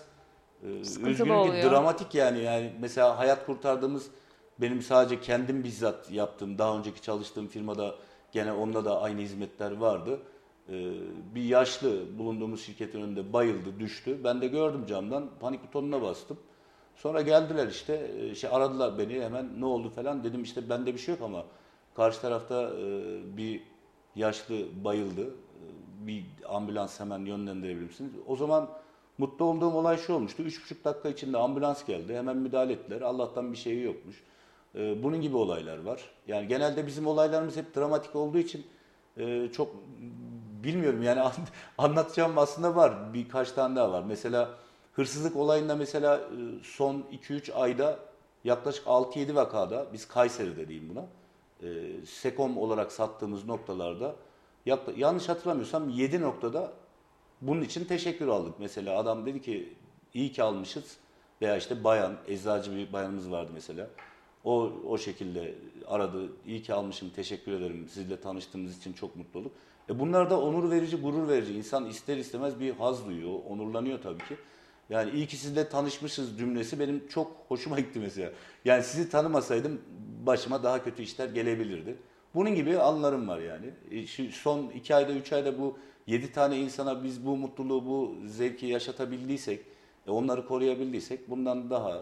Speaker 3: üzgünüm ki dramatik yani. Yani mesela hayat kurtardığımız benim sadece kendim bizzat yaptığım daha önceki çalıştığım firmada gene onunla da aynı hizmetler vardı. Ee, bir yaşlı bulunduğumuz şirketin önünde bayıldı, düştü. Ben de gördüm camdan, panik butonuna bastım. Sonra geldiler işte, şey aradılar beni hemen ne oldu falan dedim işte bende bir şey yok ama karşı tarafta e, bir yaşlı bayıldı. Bir ambulans hemen yönlendirebilir misiniz? O zaman mutlu olduğum olay şu olmuştu. Üç buçuk dakika içinde ambulans geldi. Hemen müdahale ettiler. Allah'tan bir şeyi yokmuş. Ee, bunun gibi olaylar var. Yani genelde bizim olaylarımız hep dramatik olduğu için e, çok bilmiyorum yani anlatacağım aslında var. Birkaç tane daha var. Mesela hırsızlık olayında mesela son iki üç ayda yaklaşık altı yedi vakada biz Kayseri'de diyeyim buna. E, Sekom olarak sattığımız noktalarda yanlış hatırlamıyorsam yedi noktada bunun için teşekkür aldık. Mesela adam dedi ki iyi ki almışız veya işte bayan, eczacı bir bayanımız vardı mesela. O o şekilde aradı. İyi ki almışım, teşekkür ederim. Sizle tanıştığımız için çok mutlu olduk. E bunlar da onur verici, gurur verici. İnsan ister istemez bir haz duyuyor, onurlanıyor tabii ki. Yani iyi ki sizle tanışmışız cümlesi benim çok hoşuma gitti mesela. Yani sizi tanımasaydım başıma daha kötü işler gelebilirdi. Bunun gibi anlarım var yani. E şu son iki ayda, üç ayda bu yedi tane insana biz bu mutluluğu, bu zevki yaşatabildiysek, e onları koruyabildiysek bundan daha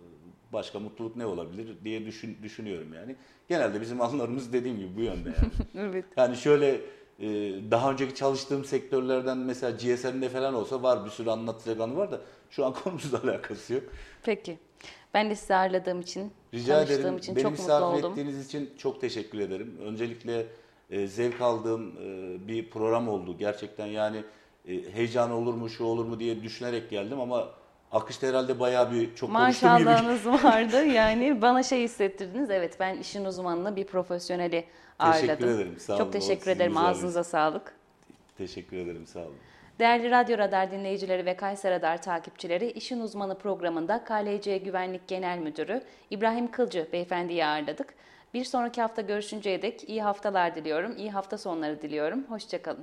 Speaker 3: başka mutluluk ne olabilir diye düşün, düşünüyorum yani. Genelde bizim anılarımız dediğim gibi bu yönde yani.
Speaker 2: Evet.
Speaker 3: Yani şöyle e, daha önceki çalıştığım sektörlerden mesela G S M'de falan olsa var bir sürü anlatacak anı var da şu an konumuzla alakası yok.
Speaker 2: Peki. Ben de sizi ağırladığım için,
Speaker 3: Rica
Speaker 2: tanıştığım
Speaker 3: ederim.
Speaker 2: için
Speaker 3: Beni
Speaker 2: çok mutlu oldum.
Speaker 3: misafir ettiğiniz için çok teşekkür ederim. Öncelikle e, zevk aldığım e, bir program oldu. Gerçekten yani e, heyecan olur mu, şu olur mu diye düşünerek geldim ama Akışta herhalde bayağı bir çok konuştum gibi.
Speaker 2: Maşallahınız vardı. Yani bana şey hissettirdiniz. Evet, ben işin uzmanını, bir profesyoneli ağırladım.
Speaker 3: Teşekkür ederim. Sağ olun.
Speaker 2: Çok teşekkür
Speaker 3: Sizin
Speaker 2: ederim.
Speaker 3: güzelliğiniz.
Speaker 2: Ağzınıza sağlık.
Speaker 3: Teşekkür ederim. Sağ olun.
Speaker 2: Değerli Radyo Radar dinleyicileri ve Kayser Radar takipçileri, İşin Uzmanı programında K L C Güvenlik Genel Müdürü İbrahim Kılcı beyefendiyi ağırladık. Bir sonraki hafta görüşünceye dek iyi haftalar diliyorum, iyi hafta sonları diliyorum. Hoşçakalın.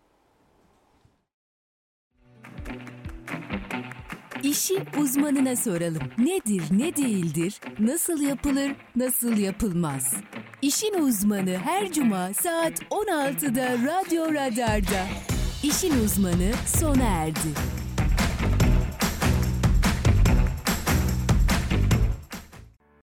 Speaker 1: İşi uzmanına soralım. Nedir, ne değildir, nasıl yapılır, nasıl yapılmaz? İşin uzmanı her cuma saat on altıda Radyo Radar'da. İşin uzmanı sona erdi.